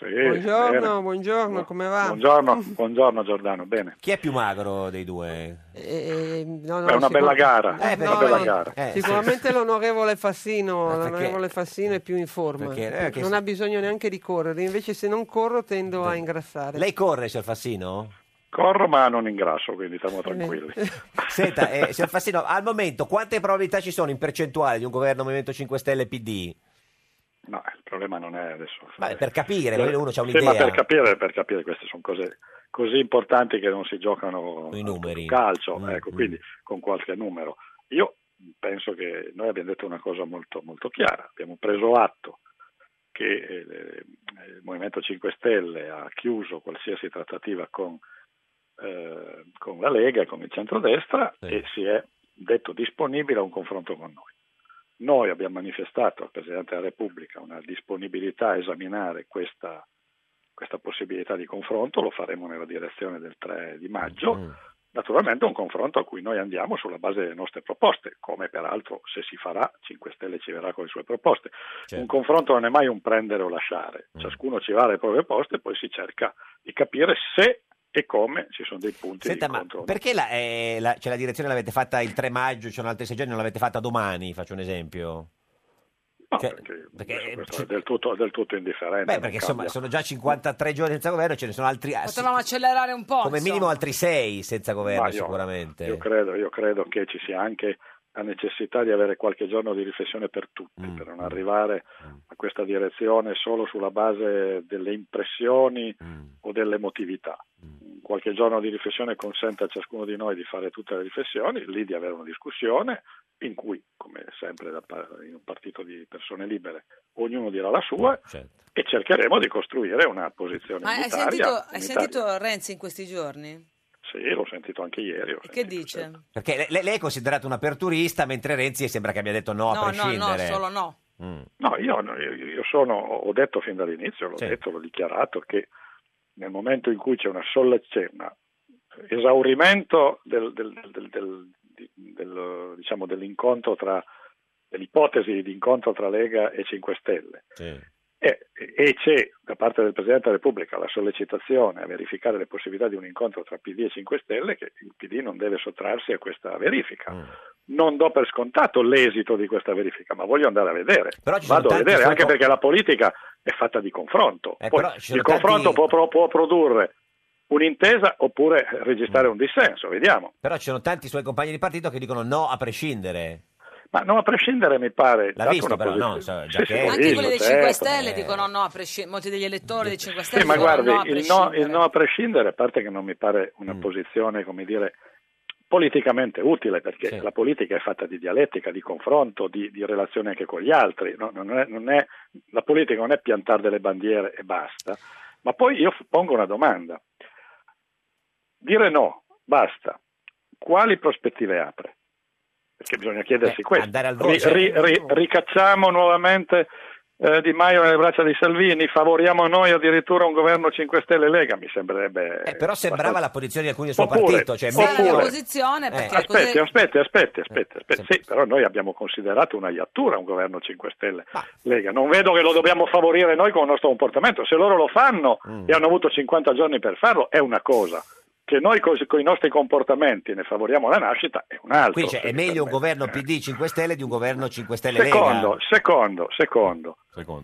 buongiorno, come va? Buongiorno Giordano, bene. Chi è più magro dei due? È una bella gara. Sicuramente l'onorevole Fassino, è più in forma, non ha bisogno neanche di correre, invece se non corro tendo a ingrassare. Lei corre, signor Fassino? Corro ma non ingrasso, quindi stiamo tranquilli. Senta, signor Fassino, al momento quante probabilità ci sono in percentuale di un governo Movimento 5 Stelle PD? No, il problema non è adesso. Ma per capire, uno c'ha un'idea. Ma per capire, queste sono cose così importanti che non si giocano i numeri. Calcio, quindi con qualche numero. Io penso che noi abbiamo detto una cosa molto, molto chiara, abbiamo preso atto che il Movimento 5 Stelle ha chiuso qualsiasi trattativa con la Lega e con il centrodestra e si è detto disponibile a un confronto con noi. Noi abbiamo manifestato al Presidente della Repubblica una disponibilità a esaminare questa possibilità di confronto, lo faremo nella direzione del 3 di maggio, naturalmente un confronto a cui noi andiamo sulla base delle nostre proposte, come peraltro se si farà 5 Stelle ci verrà con le sue proposte. Un confronto non è mai un prendere o lasciare, ciascuno ci va alle proprie proposte e poi si cerca di capire se e come ci sono dei punti di incontro. Ma perché la direzione l'avete fatta il 3 maggio, ci sono altri 6 giorni, non l'avete fatta domani, faccio un esempio? No, perché questo è del tutto indifferente. Perché insomma sono già 53 giorni senza governo, ce ne sono altri. Potevamo accelerare un po'. Come minimo altri 6 senza governo, sicuramente. Io credo che ci sia anche la necessità di avere qualche giorno di riflessione per tutti, per non arrivare a questa direzione solo sulla base delle impressioni o dell'emotività. Qualche giorno di riflessione consente a ciascuno di noi di fare tutte le riflessioni, lì di avere una discussione in cui, come sempre in un partito di persone libere, ognuno dirà la sua e cercheremo di costruire una posizione unitaria. Hai sentito Renzi in questi giorni? Sì, l'ho sentito anche ieri. Che dice? Perché lei è considerato un aperturista, mentre Renzi sembra che abbia detto no a prescindere. No, solo no. No, io ho detto fin dall'inizio, l'ho dichiarato, che nel momento in cui c'è un esaurimento dell'incontro dell'ipotesi di incontro tra Lega e 5 Stelle, e c'è da parte del Presidente della Repubblica la sollecitazione a verificare le possibilità di un incontro tra PD e 5 Stelle, che il PD non deve sottrarsi a questa verifica. Non do per scontato l'esito di questa verifica, ma voglio andare a vedere. Vado a vedere, anche perché la politica è fatta di confronto. Poi il confronto può produrre un'intesa oppure registrare un dissenso, vediamo. Però ci sono tanti suoi compagni di partito che dicono no a prescindere. Ma no a prescindere mi pare... L'ha visto però, no? Anche quelli dei 5 Stelle dicono no a prescindere, molti degli elettori dei 5 Stelle ma guardi, no il no a prescindere, a parte che non mi pare una posizione, come dire, politicamente utile, perché la politica è fatta di dialettica, di confronto, di relazione anche con gli altri. No? La politica non è piantare delle bandiere e basta. Ma poi io pongo una domanda. Dire no, basta. Quali prospettive apre? Perché bisogna chiedersi questo. Ricacciamo nuovamente Di Maio nelle braccia di Salvini, favoriamo noi addirittura un governo 5 Stelle Lega, mi sembrerebbe... però sembrava la posizione di alcuni del suo partito. Cioè la posizione perché aspetti. Sì, però noi abbiamo considerato una iattura un governo 5 Stelle Lega. Non vedo che lo dobbiamo favorire noi con il nostro comportamento. Se loro lo fanno e hanno avuto 50 giorni per farlo, è una cosa. Che noi con i nostri comportamenti ne favoriamo la nascita è un altro. Quindi è meglio un governo PD 5 Stelle di un governo 5 Stelle Lega? Secondo.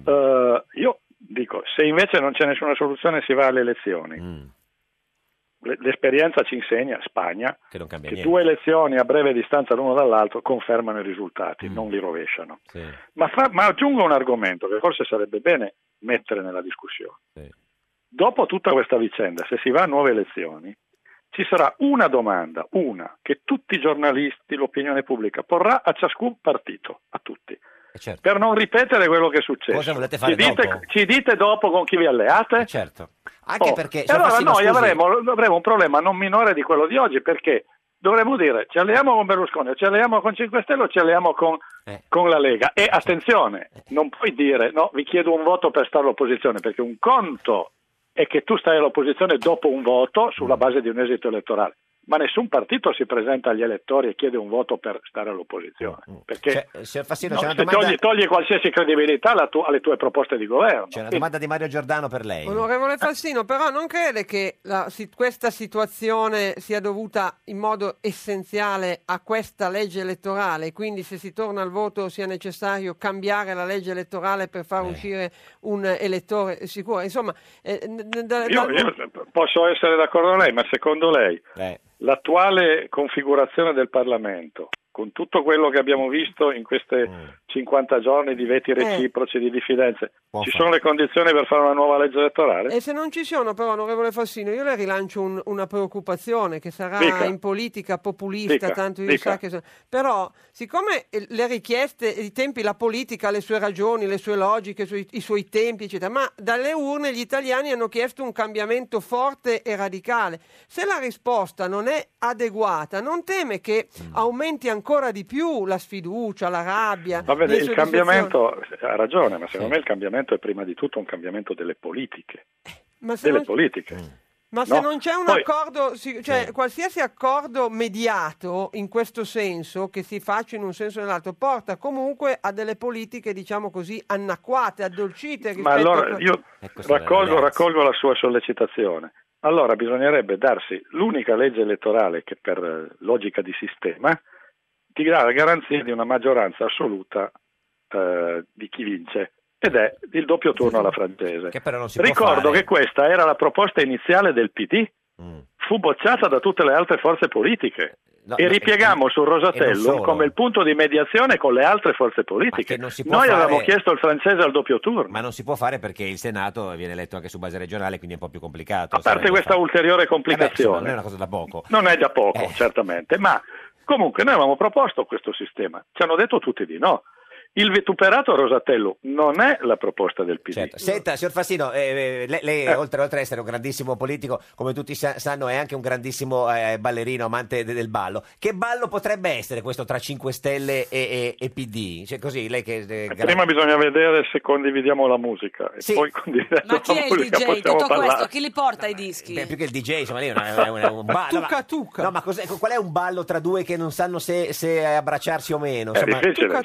Io dico, se invece non c'è nessuna soluzione si va alle elezioni. L'esperienza ci insegna, Spagna, che 2 elezioni a breve distanza l'uno dall'altro confermano i risultati, non li rovesciano. Ma aggiungo un argomento che forse sarebbe bene mettere nella discussione. Dopo tutta questa vicenda, se si va a nuove elezioni, ci sarà una domanda, che tutti i giornalisti, l'opinione pubblica porrà a ciascun partito, a tutti, per non ripetere quello che è successo. Cosa volete fare dopo? Ci dite dopo con chi vi alleate? Certo. Anche perché... allora noi avremo un problema non minore di quello di oggi, perché dovremmo dire ci alleiamo con Berlusconi, o ci alleiamo con 5 Stelle o ci alleiamo con la Lega. E attenzione, non puoi dire no, vi chiedo un voto per stare all'opposizione, perché un conto è che tu stai all'opposizione dopo un voto sulla base di un esito elettorale, ma nessun partito si presenta agli elettori e chiede un voto per stare all'opposizione, perché togli qualsiasi credibilità alle tue proposte di governo. C'è una domanda di Mario Giordano per lei. Onorevole Fassino, però non crede che questa situazione sia dovuta in modo essenziale a questa legge elettorale, quindi se si torna al voto sia necessario cambiare la legge elettorale per far uscire un elettore sicuro? Insomma, io posso essere d'accordo con lei, ma secondo lei l'attuale configurazione del Parlamento, con tutto quello che abbiamo visto in queste 50 giorni di veti reciproci, di diffidenze, ci sono le condizioni per fare una nuova legge elettorale? E se non ci sono, però, onorevole Fassino, io le rilancio una preoccupazione che sarà in politica populista, tanto io sa che... Però, siccome le richieste, i tempi, la politica ha le sue ragioni, le sue logiche, i suoi tempi, eccetera, ma dalle urne gli italiani hanno chiesto un cambiamento forte e radicale. Se la risposta non è adeguata, non teme che aumenti ancora di più la sfiducia, la rabbia? Va bene, il cambiamento, ha ragione, ma secondo me il cambiamento è prima di tutto un cambiamento delle politiche. Ma se non c'è un accordo, qualsiasi accordo mediato in questo senso, che si faccia in un senso o nell'altro, porta comunque a delle politiche, diciamo così, annacquate, addolcite. Ma allora io raccolgo la sua sollecitazione. Allora bisognerebbe darsi l'unica legge elettorale che per logica di sistema ti dà la garanzia di una maggioranza assoluta di chi vince, ed è il doppio turno alla francese. Ricordo che questa era la proposta iniziale del PD, fu bocciata da tutte le altre forze politiche e ripiegammo sul Rosatellum come il punto di mediazione con le altre forze politiche. Noi avevamo chiesto il francese al doppio turno. Ma non si può fare perché il Senato viene eletto anche su base regionale, quindi è un po' più complicato. A parte questa ulteriore complicazione. Non è una cosa da poco. Non è da poco, certamente, ma comunque noi avevamo proposto questo sistema, ci hanno detto tutti di no. Il vituperato Rosatello non è la proposta del PD. Certo. Senta, signor Fassino, lei oltre ad essere un grandissimo politico, come tutti sanno, è anche un grandissimo ballerino, amante del ballo. Che ballo potrebbe essere questo tra 5 Stelle e PD? Cioè, così, lei che prima bisogna vedere se condividiamo la musica e poi condividendo Ma chi la è il musica DJ? possiamo Tutto parlare. questo, chi li porta i dischi? Più che il DJ, insomma, lei è un ballo. Tuca. No, ma qual è un ballo tra due che non sanno se abbracciarsi o meno? È Insomma, difficile.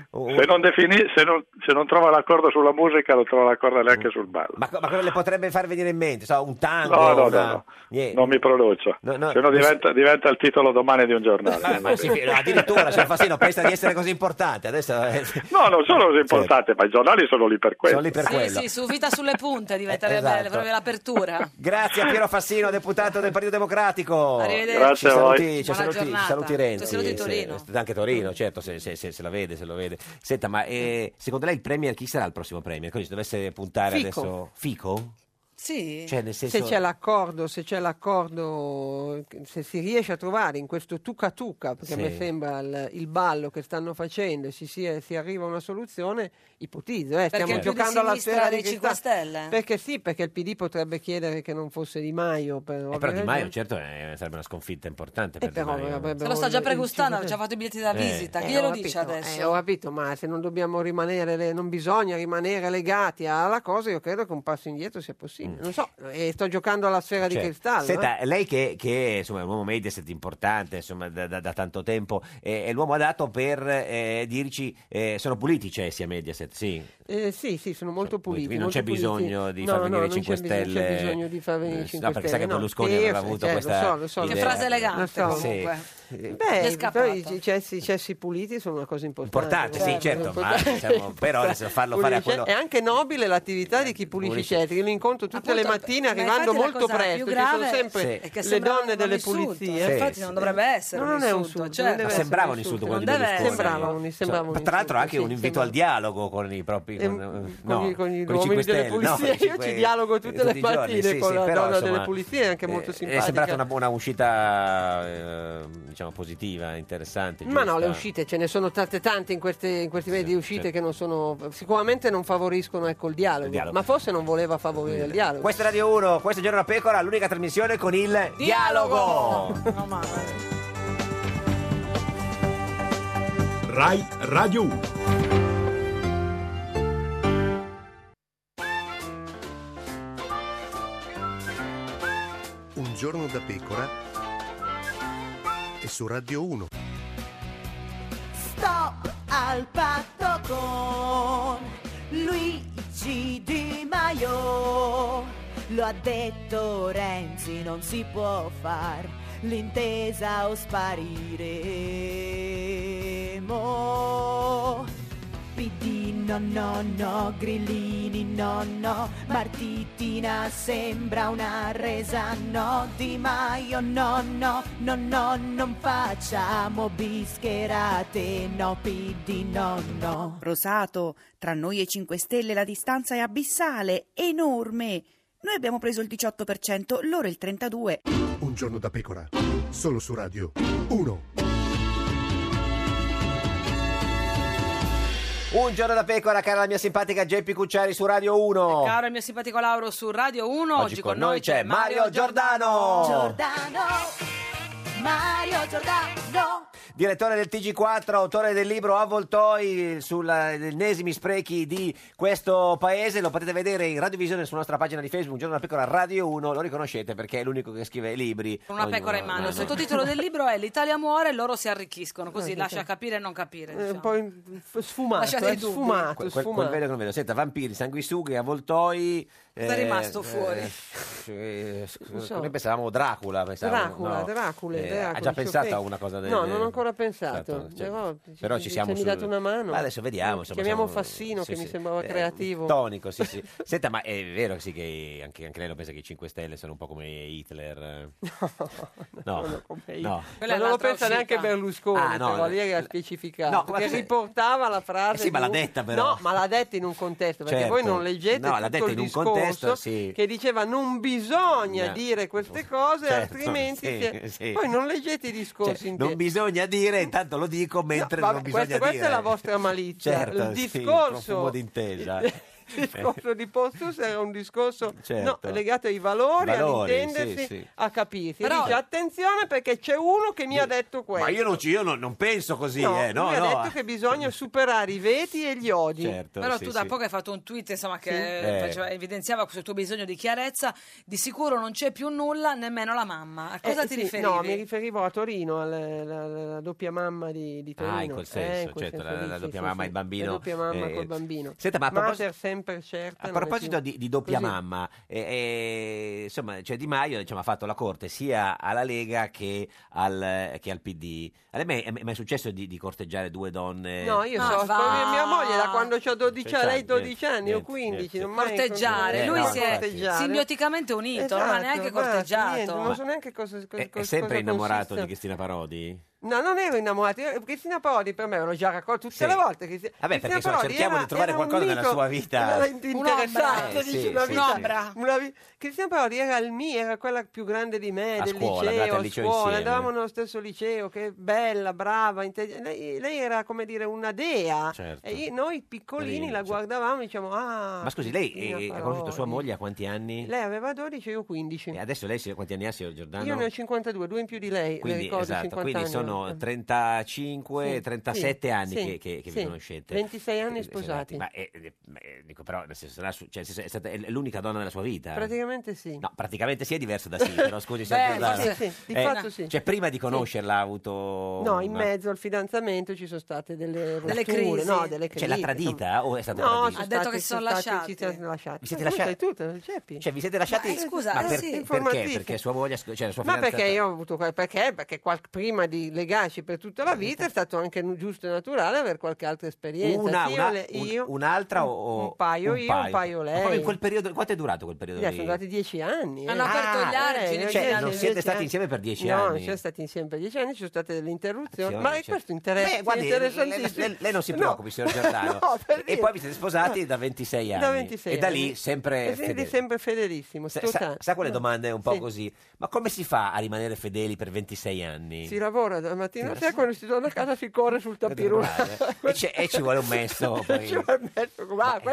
Se non trova l'accordo sulla musica, non trova l'accordo neanche sul ballo. Ma cosa le potrebbe far venire in mente? Un tango? No. Non mi pronuncio. Se no diventa il titolo domani di un giornale. Addirittura, signor Fassino, pensa di essere così importante. Adesso No, non sono così importante, ma i giornali sono lì per quello. Sì, su Vita sulle punte diventerebbe Esatto. proprio l'apertura. Grazie a Piero Fassino, deputato del Partito Democratico. Arrivederci. Grazie a voi. Buona giornata. Saluti Renzi. Saluti Torino. Anche Torino, certo, se lo vede. Senta, ma secondo lei il Premier, chi sarà il prossimo Premier? Così si dovesse puntare Fico. adesso... Fico? Sì. Cioè, nel senso... Se c'è l'accordo, se si riesce a trovare in questo tuca, perché a me sembra il ballo che stanno facendo e si arriva a una soluzione, ipotizzo, stiamo giocando alla sfera dei 5 Stelle? Perché il PD potrebbe chiedere che non fosse Di Maio. Però Di Maio, certo, sarebbe una sconfitta importante per Di Maio. Se lo sta già pregustando, ci ha fatto i biglietti da visita. Chi glielo dice adesso? Ho capito, ma se non dobbiamo non bisogna rimanere legati alla cosa, io credo che un passo indietro sia possibile. Non so, sto giocando alla sfera di cristallo. Senta, lei che insomma, è un uomo Mediaset importante, insomma, da tanto tempo, è l'uomo adatto per dirci, sono puliti i cessi a Mediaset, sì? Sì, sono molto puliti. Quindi non c'è bisogno di far venire i 5 Stelle. Non c'è bisogno di far venire i 5 No, perché sa che Stelle. Berlusconi aveva avuto questa... Lo so. Che frase elegante comunque. Però i cessi puliti sono una cosa importante. Sì, certo, ma però adesso farlo fare a quello... È anche nobile l'attività di chi pulisce i cessi. Io li incontro tutte le mattine arrivando molto presto. Ci sono sempre le donne delle pulizie. Infatti non dovrebbe essere non è un insulto. Ma sembrava un insulto quello di Berlusconi. Sembrava un tra l'altro anche un invito al dialogo con i propri... con gli uomini delle pulizie. Io ci dialogo tutte le mattine con la donna delle pulizie, è anche molto simpatica. È sembrata una buona uscita, diciamo, positiva, interessante. Ma no, le uscite ce ne sono tante in questi mesi di uscite che non sono, sicuramente non favoriscono il dialogo, ma forse non voleva favorire il dialogo. Questa è Radio 1, questo è Giorno da Pecora, l'unica trasmissione con il dialogo. Rai Radio 1. Un giorno da pecora e su Radio 1. Stop al patto con Luigi Di Maio. Lo ha detto Renzi, non si può far l'intesa o spariremo. PD no, Grillini no, Martitina sembra una resa no, Di Maio no, non facciamo bischerate no, PD no. Rosato, tra noi e 5 Stelle la distanza è abissale, enorme. Noi abbiamo preso il 18%, loro il 32%. Un giorno da pecora, solo su Radio 1. Un giorno da pecora, cara la mia simpatica Geppi Cucciari su Radio 1. Caro il mio simpatico Lauro su Radio 1. Oggi con noi c'è Mario Giordano. Mario Giordano. Direttore del TG4, autore del libro Avvoltoi sugli ennesimi sprechi di questo paese. Lo potete vedere in radiovisione sulla nostra pagina di Facebook, Un giorno da pecora Radio 1. Lo riconoscete perché è l'unico che scrive libri. Una pecora in mano. Il sottotitolo del libro è L'Italia muore e loro si arricchiscono. Così lascia capire e non capire. È un po' sfumato. Quel vedo che non vedo. Senta, vampiri, sanguisughe, avvoltoi. È rimasto fuori. Noi pensavamo Dracula. Ha già pensato a una cosa del No, non ho ancora pensato. Però ci siamo mi date una mano. Adesso vediamo. Chiamiamo Fassino che mi sembrava creativo. Tonico, sì. Senta, ma è vero che anche lei lo pensa che i 5 Stelle sono un po' come Hitler? No. Ma non lo pensa neanche Berlusconi, però lì ha specificato. Perché riportava la frase. Sì, ma l'ha detta però. No, ma l'ha detta in un contesto, perché voi non leggete tutto il discorso che diceva non bisogna dire queste cose, altrimenti poi non leggete i discorsi interi. Non bisogna dire, intanto lo dico mentre non bisogna dire. Questa è la vostra malizia. Certo, il sì, discorso profumo d'intesa. Il discorso di Postus era un discorso Certo. legato ai valori, Valori, all'intendersi, sì. a capirsi. Però- Dice attenzione perché c'è uno che mi ha detto questo. Ma io non penso così, No, no, lui ha no. detto che bisogna superare i veti e gli odi. Certo, Però sì, tu da sì. poco hai fatto un tweet insomma, che Sì. evidenziava questo tuo bisogno di chiarezza. Di sicuro non c'è più nulla, nemmeno la mamma. A cosa ti sì, riferivi? No, mi riferivo a Torino, alla doppia mamma di Torino. In quel senso, in quel certo, senso lì, la sì, doppia sì, mamma e sì. il bambino. La doppia mamma col bambino. Senta, ma a proposito, Mater sempre certa. a proposito di doppia Così. mamma, insomma, cioè Di Maio ha fatto la corte sia alla Lega che al PD. A me è mai successo di corteggiare due donne? No, io so, mia moglie da quando ho 12 anni, lei 12 anni o 15, non mai Corteggiare, lui si è simbioticamente unito, non ha neanche corteggiato. Niente, non so neanche cosa È sempre innamorato consista. di Cristina Parodi? No, non ero innamorato. Cristina Parodi per me l'ho già raccolto tutte le volte. Vabbè, Cristina perché insomma, Parodi cerchiamo di trovare era un qualcosa nella mito, sua vita. era interessante, Un'ombra. dice, Sì, una sì, vita- Un'ombra. Cristina Parodi era quella più grande di me, A del scuola, andate liceo, al a liceo scuola, insieme. andavamo nello stesso liceo, che bella, brava, lei era come dire una dea. Certo. E noi piccolini la guardavamo e diciamo, Ma scusi, lei Cristina ha conosciuto sua Parodi. moglie a quanti anni? Lei aveva 12 e io 15. E adesso lei quanti anni ha, signor Giordano? Io ne ho 52, 2 in più di lei, le Quindi, ricordo esatto, 50 quindi anni. sono 35, Sì, 37 sì, anni sì, che vi sì. conoscete. 26 anni sposati. Ma dico però, nel senso, è l'unica donna della sua vita? Praticamente sì. No, praticamente sì, è diverso da sì, però scusi, signor Giordano. sì, di fatto sì. Cioè, prima di conoscerla ha avuto... No, in mezzo al fidanzamento ci sono state delle rotture, crisi. no, delle crisi. Cioè, l'ha tradita o è stata No, tradita? Ha detto che si sono lasciati. Ci siamo lasciati. Vi siete Ma tu lasciati? sai tutto, Geppi. Cioè, vi siete lasciati? scusa, Ma sì. perché? Informatissima. Perché sua moglie, cioè la sua Ma fidanzata... perché io ho avuto perché prima di legarci per tutta la vita è stato anche giusto e naturale avere qualche altra esperienza. Un'altra o un paio io, un paio Ma lei. proprio in quel periodo, quanto è durato quel periodo lì? Sono durati 10 anni. Hanno aperto gli argini. Cioè, non 10 siete stati anni. insieme per 10 No, anni? non siamo stati insieme per 10 anni, ci sono state delle interruzioni. Attenzione, Ma cioè- questo interessa, Beh, guardi, interessantissimo. lei non si No. preoccupi, signor Giordano. No, per E dire. poi vi siete sposati da 26 anni. Da 26 e da anni. lì sempre E quindi fedeli. sempre fedelissimo. Sa quelle domande un po' Sì. così? Ma come si fa a rimanere fedeli per 26 anni? Si lavora dal mattino alla sera, quando si torna a casa si corre sul tapirulano. E ci vuole un messo. Poi. Ci vuole un messo,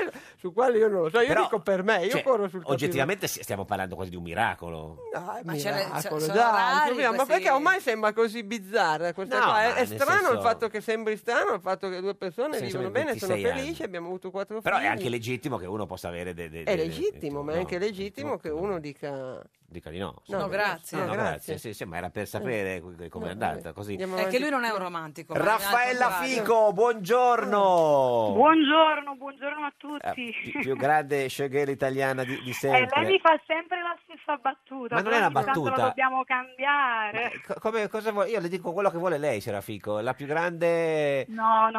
su quello io non lo so, io Però, dico per me, io cioè, corro sul tapirulano. oggettivamente stiamo parlando quasi di un miracolo. Dai, Ma miracolo, sono dai, rari insomma, ma questi- perché ormai sembra così bizzarra questa No, cosa? ma È nel strano senso- il fatto che sembri strano, il fatto che due persone Sì, vivono sono bene, sono 26 felici, anni. abbiamo avuto 4 Però figli. è anche legittimo che uno possa avere È legittimo, ma è anche legittimo che uno dica... Dica di no. No, grazie. No, No, grazie. Sì, ma era per sapere come è andata. Così. È che lui non è un romantico. ma Raffaella al contrario. Fico, buongiorno. Buongiorno a tutti. Più grande showgirl italiana di sempre. Lei mi fa sempre la stessa battuta. Ma non però è una ogni tanto battuta. la dobbiamo cambiare. Cosa vuole? Io le dico quello che vuole lei, Fico. La più grande... No,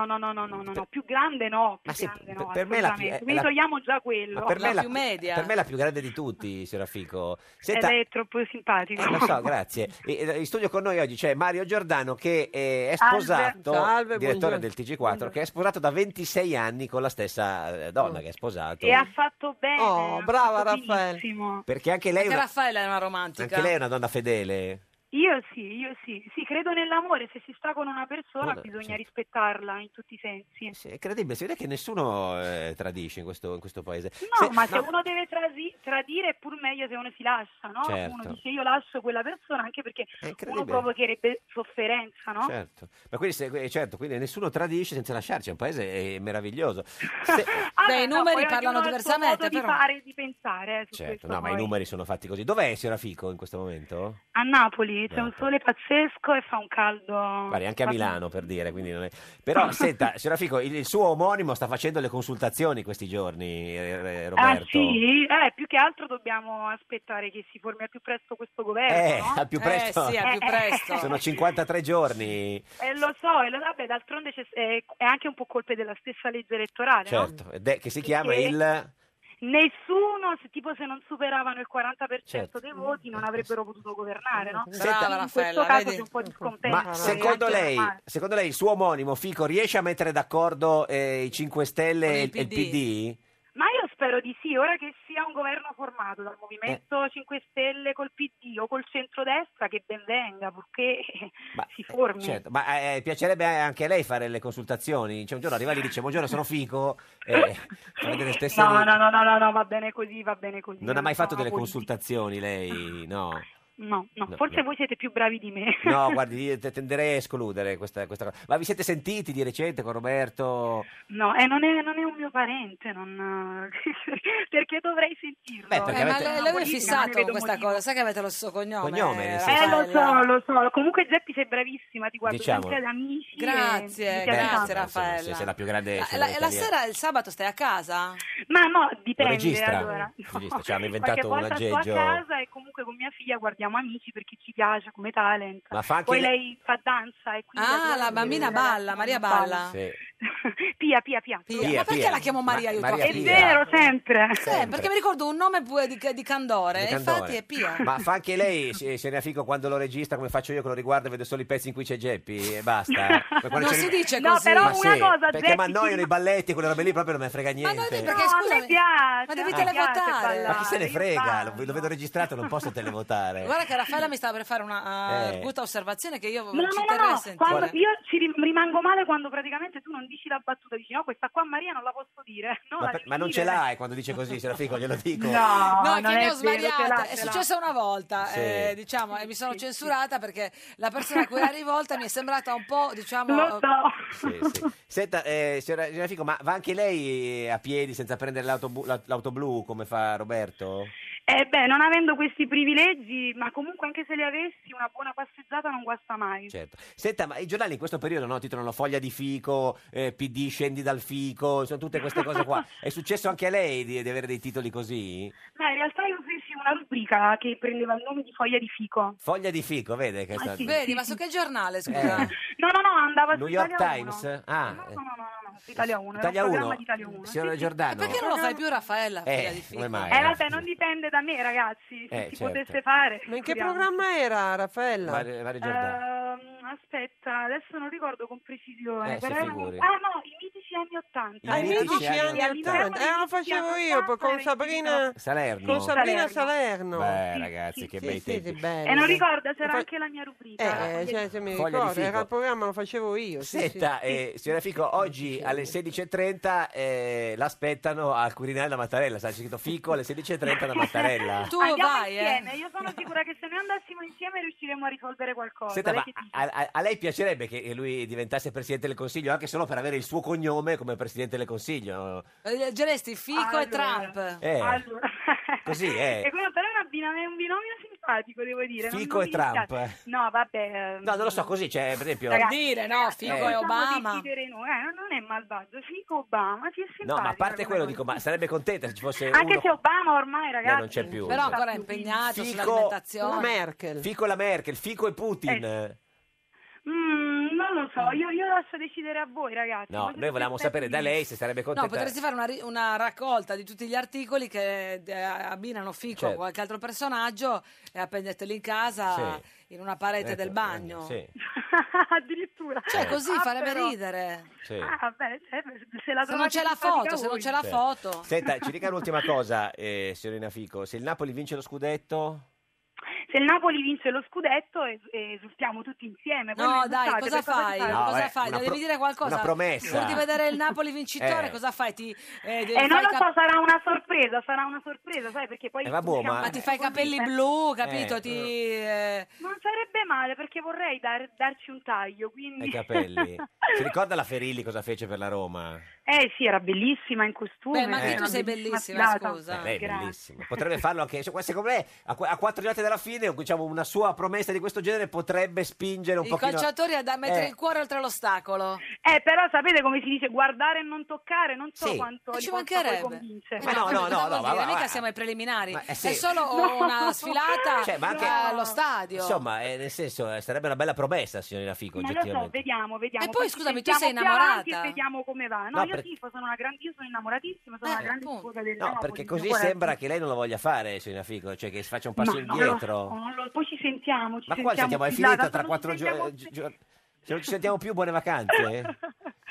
più grande no. Ma sì, grande no, per me la più- assolutamente. è Quindi la- togliamo già quello. Ma per me, più media. per me è la più grande di tutti, Fico. Ed è troppo simpatico. Lo so, grazie. In studio con noi oggi c'è Mario Giordano che è sposato, Salve, direttore buongiorno. del TG4, che è sposato da 26 anni con la stessa donna che è sposato. E ha fatto bene. Oh, ha brava fatto Raffaele. benissimo. Perché anche lei, Anche Raffaella è una romantica. anche lei è una donna fedele. Io sì. Sì, credo nell'amore. Se si sta con una persona Buona, bisogna sì. rispettarla in tutti i sensi. Sì, è incredibile, si vede che nessuno tradisce in questo paese. No, ma se uno deve tradire è pur meglio se uno si lascia, no? Certo. Uno dice io lascio quella persona anche perché incredibile. uno provocherebbe sofferenza, no? Certo, ma quindi nessuno tradisce senza lasciarci, è un paese meraviglioso. Beh, i numeri poi parlano ognuno ha il suo diversamente, modo di però. fare e di pensare su Certo, questo no, ma i poi. numeri sono fatti così. Dov'è Fico in questo momento? A Napoli c'è un sole pazzesco e fa un caldo. Guardi, anche a Milano per dire, quindi non è... Però senta, Fico, il suo omonimo sta facendo le consultazioni questi giorni, Roberto. Ah sì? Più che altro dobbiamo aspettare che si formi al più presto questo governo, no? Al più presto. sì, al più presto. Sono 53 giorni. Lo so, vabbè, d'altronde è anche un po' colpa della stessa legge elettorale, no? Certo, che si chiama Perché il... Nessuno, se non superavano il 40% Certo. dei voti, non avrebbero potuto governare, no? Brava, in Raffaella, questo caso vedi? c'è un po' di scompenso. Ma è secondo anche lei, normale. il suo omonimo Fico riesce a mettere d'accordo i 5 Stelle e il PD? Ma io spero di sì, ora che sia un governo formato dal Movimento 5 Stelle col PD o col centrodestra, che ben venga, purché si formi. Certo, ma piacerebbe anche a lei fare le consultazioni? Cioè, un giorno arriva lì e dice buongiorno, sono Fico. Fa delle stesse No, va bene così, va bene così. Non ha mai fatto sono delle politici. consultazioni lei? No. No, No, forse no. voi siete più bravi di me. No, guardi, io tenderei a escludere questa cosa. Ma vi siete sentiti di recente con Roberto? No, non è un mio parente, perché dovrei sentirlo. Beh, perché Ma avete- lei è fissato con questa cosa, sai che avete lo stesso cognome? Cognome, nel senso- Lo so. Comunque Geppi sei bravissima, ti guardo Diciamo. sempre ad amici. Grazie, e- grazie Insomma, Raffaella. sei la più grande La italiana. sera, il sabato stai a casa? Ma no, dipende. Lo registra? Allora. Registra, cioè, hanno inventato Qualche un volta sto aggeggio. a casa e comunque con mia figlia guardiamo Amici perché ci piace come talent. Ma fa anche Poi lei- lei fa danza e quindi La bambina balla, Maria balla. Sì. Pia. Ma perché la chiamo Maria? Io Maria È Pia. vero, sempre. Perché mi ricordo un nome di Candore, Di e Candore. infatti è Pia. Ma fa anche lei, se ne ha Fico, quando lo registra, come faccio io che lo riguardo e vedo solo i pezzi in cui c'è Geppi e basta? Quando Non c'è- si dice No, così. però Ma una sì, cosa, perché Geppi, mi annoiano i balletti, quelle robe lì proprio non me ne frega niente. perché No, a scusami, me piace. ma devi a me piace televotare. ballare, Ma chi se ne io frega? ballo. Lo vedo registrato, non posso televotare. Guarda che Raffaella mi stava per fare una Eh. arguta osservazione che io No, ci terrei a sentire. quando io rimango male quando praticamente tu non dici la battuta, dici no, questa qua Maria non la posso dire. No, Ma non ce l'hai quando dice così, se la Fico, glielo dico. No, No, non che ne è ho vero, sbagliata. ce È l'ha. successo una volta, Sì. diciamo, e mi sono censurata perché la persona a cui era rivolta mi è sembrata un po', diciamo... Lo so. Sì. Senta, signora Fico, ma va anche lei a piedi senza prendere l'auto blu come fa Roberto? Non avendo questi privilegi, ma comunque anche se li avessi, una buona passeggiata non guasta mai. Certo. Senta, ma i giornali in questo periodo titolano Foglia di Fico, PD scendi dal Fico, sono tutte queste cose qua. È successo anche a lei di avere dei titoli così? No, in realtà io feci una rubrica che prendeva il nome di Foglia di Fico. Foglia di Fico, vede che sta... sì. Vedi, ma su che giornale, scusa? No, andava su New York Italia Times? 1. Ah, No, su Italia 1. Italia era un 1? programma di Italia 1. Signora Giordano? Perché non lo fai più Raffaella? Figlia di Fico? come mai? Vabbè, non dipende da me, ragazzi. Se si certo. potesse fare. Ma in che figuriamoci. programma era, Raffaella? Mario Giordano. Aspetta, adesso non ricordo con precisione. si però figuri. I mitici anni 80. I mitici anni all'interno 80. dei Lo mitici facevo anni io 80 con era Sabrina Salerno? Con Sabrina Salerno. Beh, ragazzi, che bei tempi. E non ricordo, c'era anche la mia rubrica. Se mi Foglia di ricordo, Fico. era il programma, lo facevo io. Senta, signora Fico, oggi alle 16.30 l'aspettano al Quirinale da Mattarella. C'è scritto Fico alle 16.30 da Mattarella. Tu Andiamo vai, insieme, io sono sicura che se noi andassimo insieme riusciremo a risolvere qualcosa. Senta, Lei ma che dice? a lei piacerebbe che lui diventasse Presidente del Consiglio, anche solo per avere il suo cognome come Presidente del Consiglio? Geresti Fico e Trump. Allora. Così, E quello però è un binomio simpatico, devo dire. Fico non e mi Trump. dispiace. No, vabbè. No, non lo so, così, cioè, per esempio... Per dire, no, Fico e Possiamo Obama. decidere noi. Non è malvagio, Fico Obama, sì, è simpatico. No, ma a parte quello, dico, ma sarebbe contenta se ci fosse Anche uno... se Obama ormai, ragazzi. No, non c'è più. Però ancora è impegnato Fico- sull'alimentazione. La Merkel. Fico e la Merkel, Fico e Putin. Non lo so, io lascio decidere a voi, ragazzi. No, noi volevamo sapere da lei se sarebbe No, contenta. potresti fare una raccolta di tutti gli articoli che abbinano Fico a Certo. qualche altro personaggio e appenderteli in casa Sì. in una parete del bagno. Sì, Addirittura. Cioè, così farebbe però. ridere. sì. Beh, se la Se non c'è la foto, se non c'è la Certo. foto. Senta, ci dica un'ultima cosa, signorina Fico. Se il Napoli vince lo scudetto... Se il Napoli vince lo scudetto esultiamo tutti insieme. Poi No, noi dai, gustate, cosa per fai? No, Cosa beh, fai? una Devi dire qualcosa. una promessa. Vuoi vedere il Napoli vincitore? Eh. Cosa fai? non lo so, sarà una sorpresa, sai, perché poi... vabbè, diciamo, ma- Ma ti fai i capelli così, blu, capito? Non sarebbe male, perché vorrei darci un taglio, quindi... ai capelli. Si ricorda la Ferilli cosa fece per la Roma? Sì, era bellissima in costume. Beh, ma anche era tu sei bellissima bellissima, sfilata. scusa. Lei è Grazie. bellissimo. Potrebbe farlo anche, cioè, secondo me, a 4 giornate dalla fine, diciamo, una sua promessa di questo genere potrebbe spingere un I pochino... calciatori a mettere Eh. il cuore oltre l'ostacolo. Però sapete come si dice, guardare e non toccare, non so Sì. quanto E li ci possa poi mancherebbe. convincere. Ma no, cosa vuol dire? ma- Mica siamo ai preliminari. Ma, sì. È solo una sfilata Cioè, ma anche- allo stadio. Insomma, nel senso, sarebbe una bella promessa, signorina Fico, Non lo so, oggettivamente. vediamo. E poi, ci scusami, tu sei sentiamo più avanti innamorata? E vediamo come va. No, No, io per- tifo, io sono innamoratissima, sono una grande tifosa del No, Napoli. perché così guarda. sembra che lei non lo voglia fare, signorina Fico, cioè che si faccia un passo Ma no, indietro. poi ci sentiamo. Ma qua sentiamo, è sfilata, finita tra non 4 ci sentiamo- giorni. Se non ci sentiamo più, buone vacanze.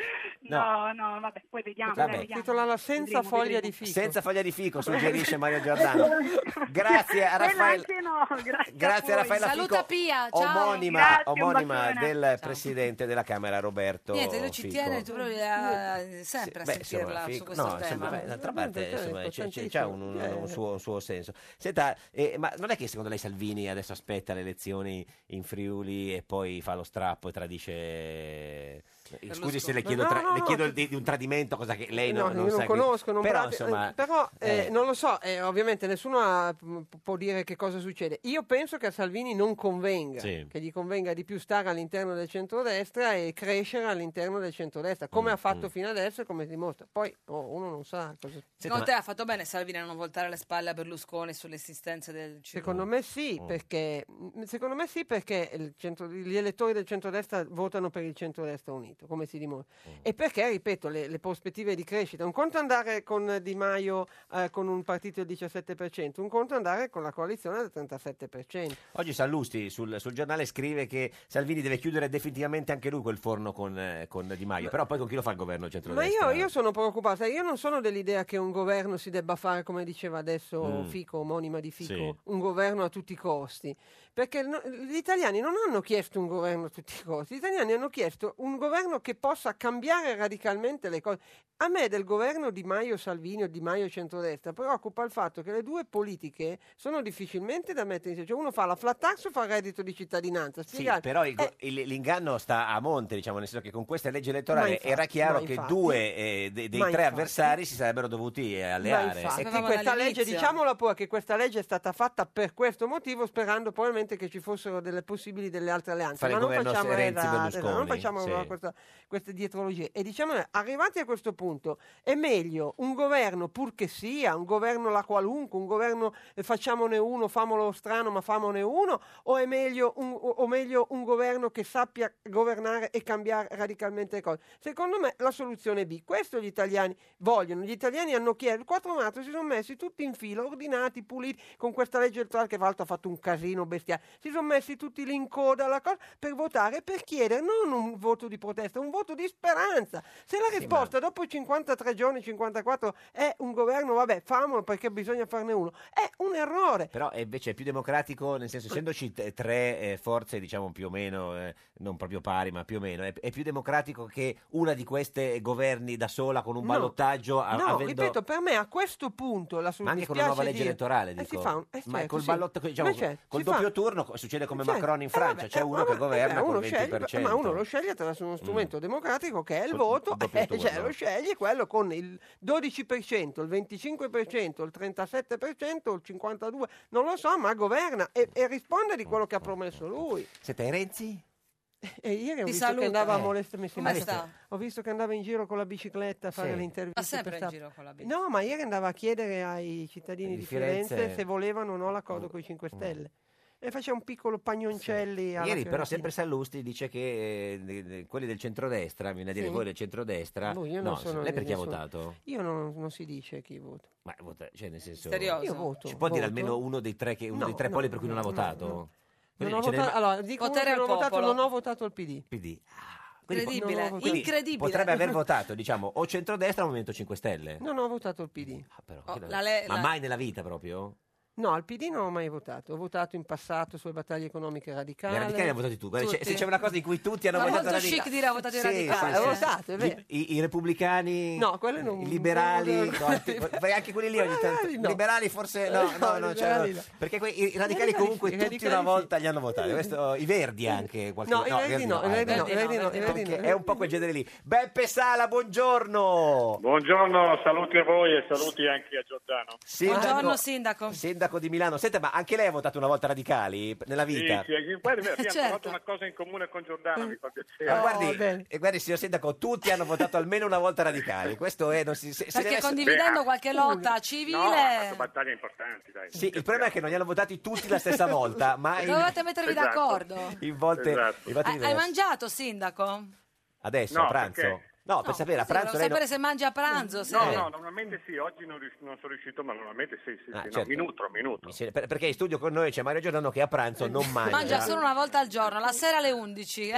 No, vabbè, poi vediamo. Vabbè. Titolala Senza foglia di fico. Senza foglia di fico, suggerisce Mario Giordano. Grazie a Raffaella. Grazie a Raffaella Saluta Fico, Pia, ciao. omonima un bacione. del presidente della Camera Roberto Niente, lui ci Fico. tiene sempre a sentirla su questo tema. D'altra parte c'è un suo senso. Senta, ma non è che secondo lei Salvini adesso aspetta le elezioni in Friuli e poi fa lo strappo e tradisce... Scusi se le chiedo, le chiedo di un tradimento, cosa che lei non io sa. non conosco, però, insomma, non lo so, ovviamente nessuno può dire che cosa succede. Io penso che a Salvini non convenga, che gli convenga di più stare all'interno del centrodestra e crescere all'interno del centrodestra, come ha fatto fino adesso e come dimostra. Poi uno non sa cosa. Secondo te ha fatto bene Salvini a non voltare le spalle a Berlusconi sull'esistenza del Secondo me sì, perché gli elettori del centrodestra votano per il centrodestra unito, come si dimostra. E perché, ripeto, le prospettive di crescita, un conto andare con Di Maio con un partito del 17%, un conto andare con la coalizione del 37%. Oggi Sallusti sul giornale scrive che Salvini deve chiudere definitivamente anche lui quel forno con Di Maio, però poi con chi lo fa il governo il centrodestra? Ma io sono preoccupata, io non sono dell'idea che un governo si debba fare, come diceva adesso Fico, omonima di Fico, un governo a tutti i costi, perché gli italiani non hanno chiesto un governo a tutti i costi, gli italiani hanno chiesto un governo che possa cambiare radicalmente le cose. A me del governo Di Maio Salvini o Di Maio centrodestra preoccupa il fatto che le due politiche sono difficilmente da mettere insieme, cioè uno fa la flat tax o fa il reddito di cittadinanza. Sì, però l'inganno sta a monte, diciamo, nel senso che con questa legge elettorale era chiaro che due dei tre avversari si sarebbero dovuti alleare. E che questa legge, diciamola poi, che questa legge è stata fatta per questo motivo, sperando probabilmente che ci fossero delle possibili delle altre alleanze. Fare ma non facciamo Renzi-Berlusconi, non facciamo queste dietrologie. E diciamo, arrivati a questo punto, è meglio un governo, pur che sia un governo la qualunque, un governo facciamone uno, famolo strano ma famone uno, o è meglio un governo che sappia governare e cambiare radicalmente le cose? Secondo me la soluzione è B. Questo gli italiani vogliono. Gli italiani hanno chiesto, il 4 marzo si sono messi tutti in fila, ordinati, puliti, con questa legge elettorale che tra l'altro ha fatto un casino bestiale, si sono messi tutti lì in coda alla cosa per votare, per chiedere non un voto di protesta, un voto di speranza. Se la risposta dopo 53 giorni, 54 è un governo, vabbè, famolo perché bisogna farne uno, è un errore. Però invece è più democratico, nel senso, essendoci tre forze, diciamo più o meno, non proprio pari, ma più o meno, è più democratico che una di queste governi da sola con un ballottaggio. Ripeto, per me a questo punto la ma anche con la nuova legge elettorale, dico. Si fa ma col ballotto, diciamo, col doppio turno succede come Macron in Francia, c'è uno che governa col 20%. Ma uno lo sceglie attraverso uno strumento democratico che è il voto, lo sceglie quello con il 12%, il 25%, il 37%, il 52%, non lo so, ma governa e risponde di quello che ha promesso lui. Siete Renzi? E ieri ho visto che andava a molestare. Ho visto che andava in giro con la bicicletta a fare le interviste. Ma sempre in giro con la bicicletta. No, ma ieri andava a chiedere ai cittadini di Firenze se volevano o no l'accordo con i 5 Stelle. E faceva un piccolo pagnoncelli. Ieri però sempre Sallusti dice che quelli del centrodestra, viene a dire voi del centrodestra, lei per chi ha votato? Io non si dice chi vota. Ma vota, cioè nel senso, io voto. Ci può dire almeno uno dei tre poli per cui non ha votato? Non ho votato, allora, dico non ho votato il PD. Incredibile. Potrebbe aver votato, diciamo, o centrodestra o Movimento 5 Stelle. Non ho votato il PD. Ma mai nella vita proprio? No, al PD non ho mai votato. Ho votato in passato sulle battaglie economiche radicali. I radicali hanno votati tu. Se c'è una cosa in cui tutti hanno votato radicali. È molto chic dire ha votato i radicali. Ho votato, è vero. I repubblicani, no, quelli non, i liberali, anche quelli lì ogni tanto. I liberali forse no, perché i radicali comunque tutti una volta li hanno votati. Questo, i verdi anche qualche no, i verdi no. È un po' quel genere lì. Beppe Sala, buongiorno. Buongiorno, saluti a voi e saluti anche a Giordano. Buongiorno sindaco di Milano. Senta, ma anche lei ha votato una volta radicali nella vita? Sì, abbiamo fatto una cosa in comune con Giordano, mi fa piacere. Ma guardi, signor sindaco, tutti hanno votato almeno una volta radicali. Questo è perché condividendo qualche lotta civile. No, ha fatto battaglie importanti, dai. Sì, il problema è che non li hanno votati tutti la stessa volta, ma dovete mettervi d'accordo. In volte hai mangiato, sindaco? Adesso, a pranzo? Perché? No, per sapere a pranzo Volevo lei sapere se mangia a pranzo. Se... No, normalmente sì, oggi non sono riuscito, ma normalmente sì, certo. mi nutro. Perché in studio con noi c'è Mario Giordano che a pranzo non mangia. Mangia solo una volta al giorno, la sera alle 11.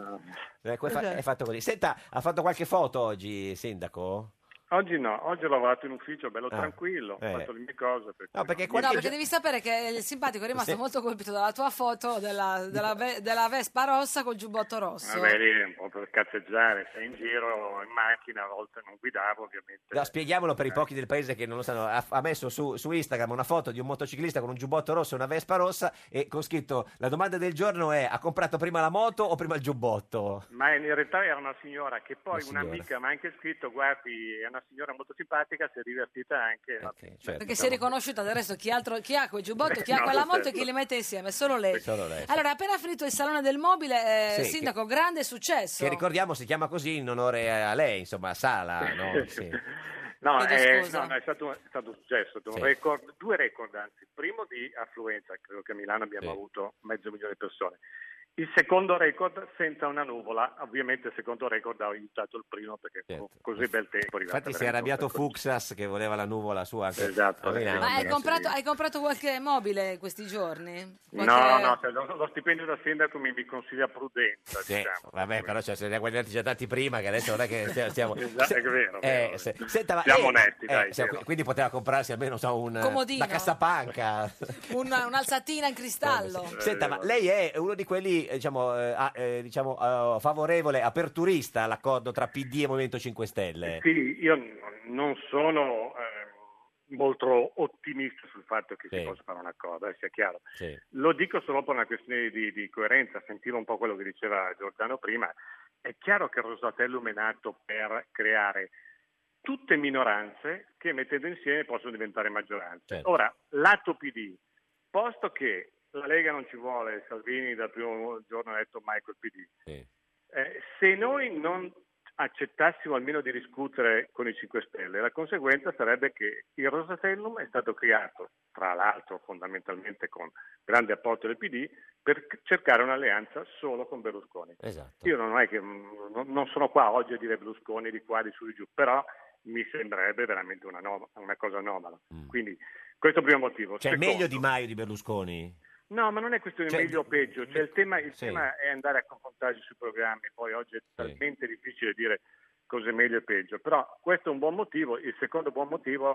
È fatto così. Senta, ha fatto qualche foto oggi, sindaco? Oggi no, oggi ho lavorato in ufficio bello tranquillo, ho fatto le mie cose. Perché devi sapere che il simpatico è rimasto molto colpito dalla tua foto della Vespa rossa col giubbotto rosso. Vabbè, lì è un po' per cazzeggiare, sei in giro in macchina, a volte non guidavo ovviamente. No, spieghiamolo per i pochi del paese che non lo sanno. Ha messo su Instagram una foto di un motociclista con un giubbotto rosso e una Vespa rossa e con scritto: la domanda del giorno è: ha comprato prima la moto o prima il giubbotto? Ma in realtà era una signora che poi un'amica mi ha anche scritto: guardi, è una signora molto simpatica, si è divertita anche. Certo. Perché si è riconosciuta, del resto chi ha quel giubbotto, chi ha quella moto e chi li mette insieme, solo lei. Allora, appena finito il Salone del Mobile, sindaco, grande successo. Che ricordiamo si chiama così in onore a lei, insomma, Sala, no? Sì. No, è stato un successo, due record anzi. Il primo di affluenza, credo che a Milano abbiamo avuto 500.000 persone. Il secondo record senza una nuvola, ovviamente il secondo record ha aiutato il primo perché così bel tempo. Infatti si è arrabbiato Fuxas che voleva la nuvola sua. Esatto. Ma hai comprato qualche mobile questi giorni? No, lo stipendio da sindaco mi consiglia prudenza. Diciamo. Vabbè, però se ne ha guadagnati già tanti prima che adesso non è che stiamo... Esatto, è vero. Senta, siamo onetti, dai. Quindi poteva comprarsi almeno una cassapanca. Un'alzatina in cristallo. Senta, ma lei è uno di quelli favorevole, aperturista all'accordo tra PD e Movimento 5 Stelle? Sì, io non sono molto ottimista sul fatto che si possa fare un accordo, sia chiaro. Sì. Lo dico solo per una questione di coerenza, sentivo un po' quello che diceva Giordano prima. È chiaro che il Rosatellum è nato per creare tutte minoranze che mettendo insieme possono diventare maggioranza. Certo. Ora, lato PD, posto che la Lega non ci vuole, Salvini dal primo giorno ha detto mai col PD. Se noi non accettassimo almeno di discutere con i 5 Stelle, la conseguenza sarebbe che il Rosatellum è stato creato, tra l'altro fondamentalmente con grande apporto del PD, per cercare un'alleanza solo con Berlusconi. Esatto. Io non sono qua oggi a dire Berlusconi di qua, di su, di giù, però mi sembrerebbe veramente una cosa anomala. Quindi questo è il primo motivo. Cioè meglio Di Maio di Berlusconi? No, ma non è questione di meglio o peggio, il tema è andare a confrontarsi sui programmi, poi oggi è talmente difficile dire cosa è meglio e peggio, però questo è un buon motivo. Il secondo buon motivo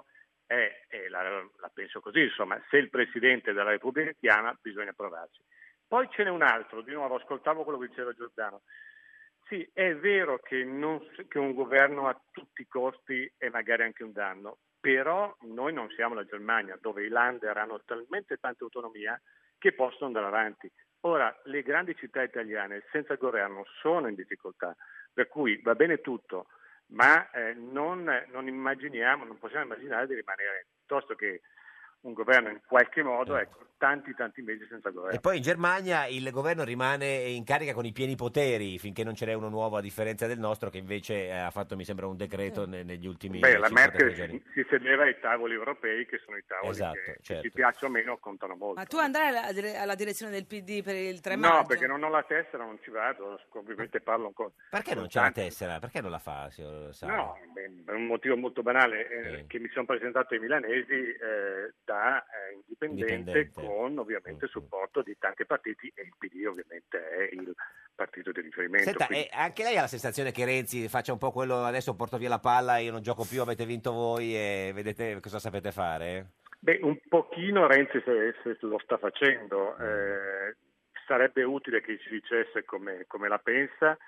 la penso così, insomma, se il Presidente della Repubblica chiama bisogna provarci. Poi ce n'è un altro, di nuovo ascoltavo quello che diceva Giordano. Sì, è vero che un governo a tutti i costi è magari anche un danno, però noi non siamo la Germania, dove i Länder hanno talmente tanta autonomia che possono andare avanti. Ora, le grandi città italiane senza governo sono in difficoltà, per cui va bene tutto, ma non possiamo immaginare di rimanere, piuttosto che un governo in qualche modo, tanti mesi senza governo. E poi in Germania il governo rimane in carica con i pieni poteri finché non ce n'è uno nuovo, a differenza del nostro che invece ha fatto, mi sembra, un decreto negli ultimi la 53 Merkel giorni. si sedeva ai tavoli europei, che sono i tavoli che ci piaccia o meno contano molto. Ma tu andrai alla direzione del PD per il 3 maggio? No, perché non ho la tessera, non ci vado, ovviamente parlo ancora. Perché non c'è la tessera? Perché non la fa, signor Sala? No, per un motivo molto banale, che mi sono presentato ai milanesi da indipendente con ovviamente il supporto di tanti partiti e il PD ovviamente è il partito di riferimento. Senta, anche lei ha la sensazione che Renzi faccia un po' quello: adesso porto via la palla, io non gioco più, avete vinto voi e vedete cosa sapete fare? Beh, un pochino Renzi se lo sta facendo, sarebbe utile che ci dicesse come la pensa.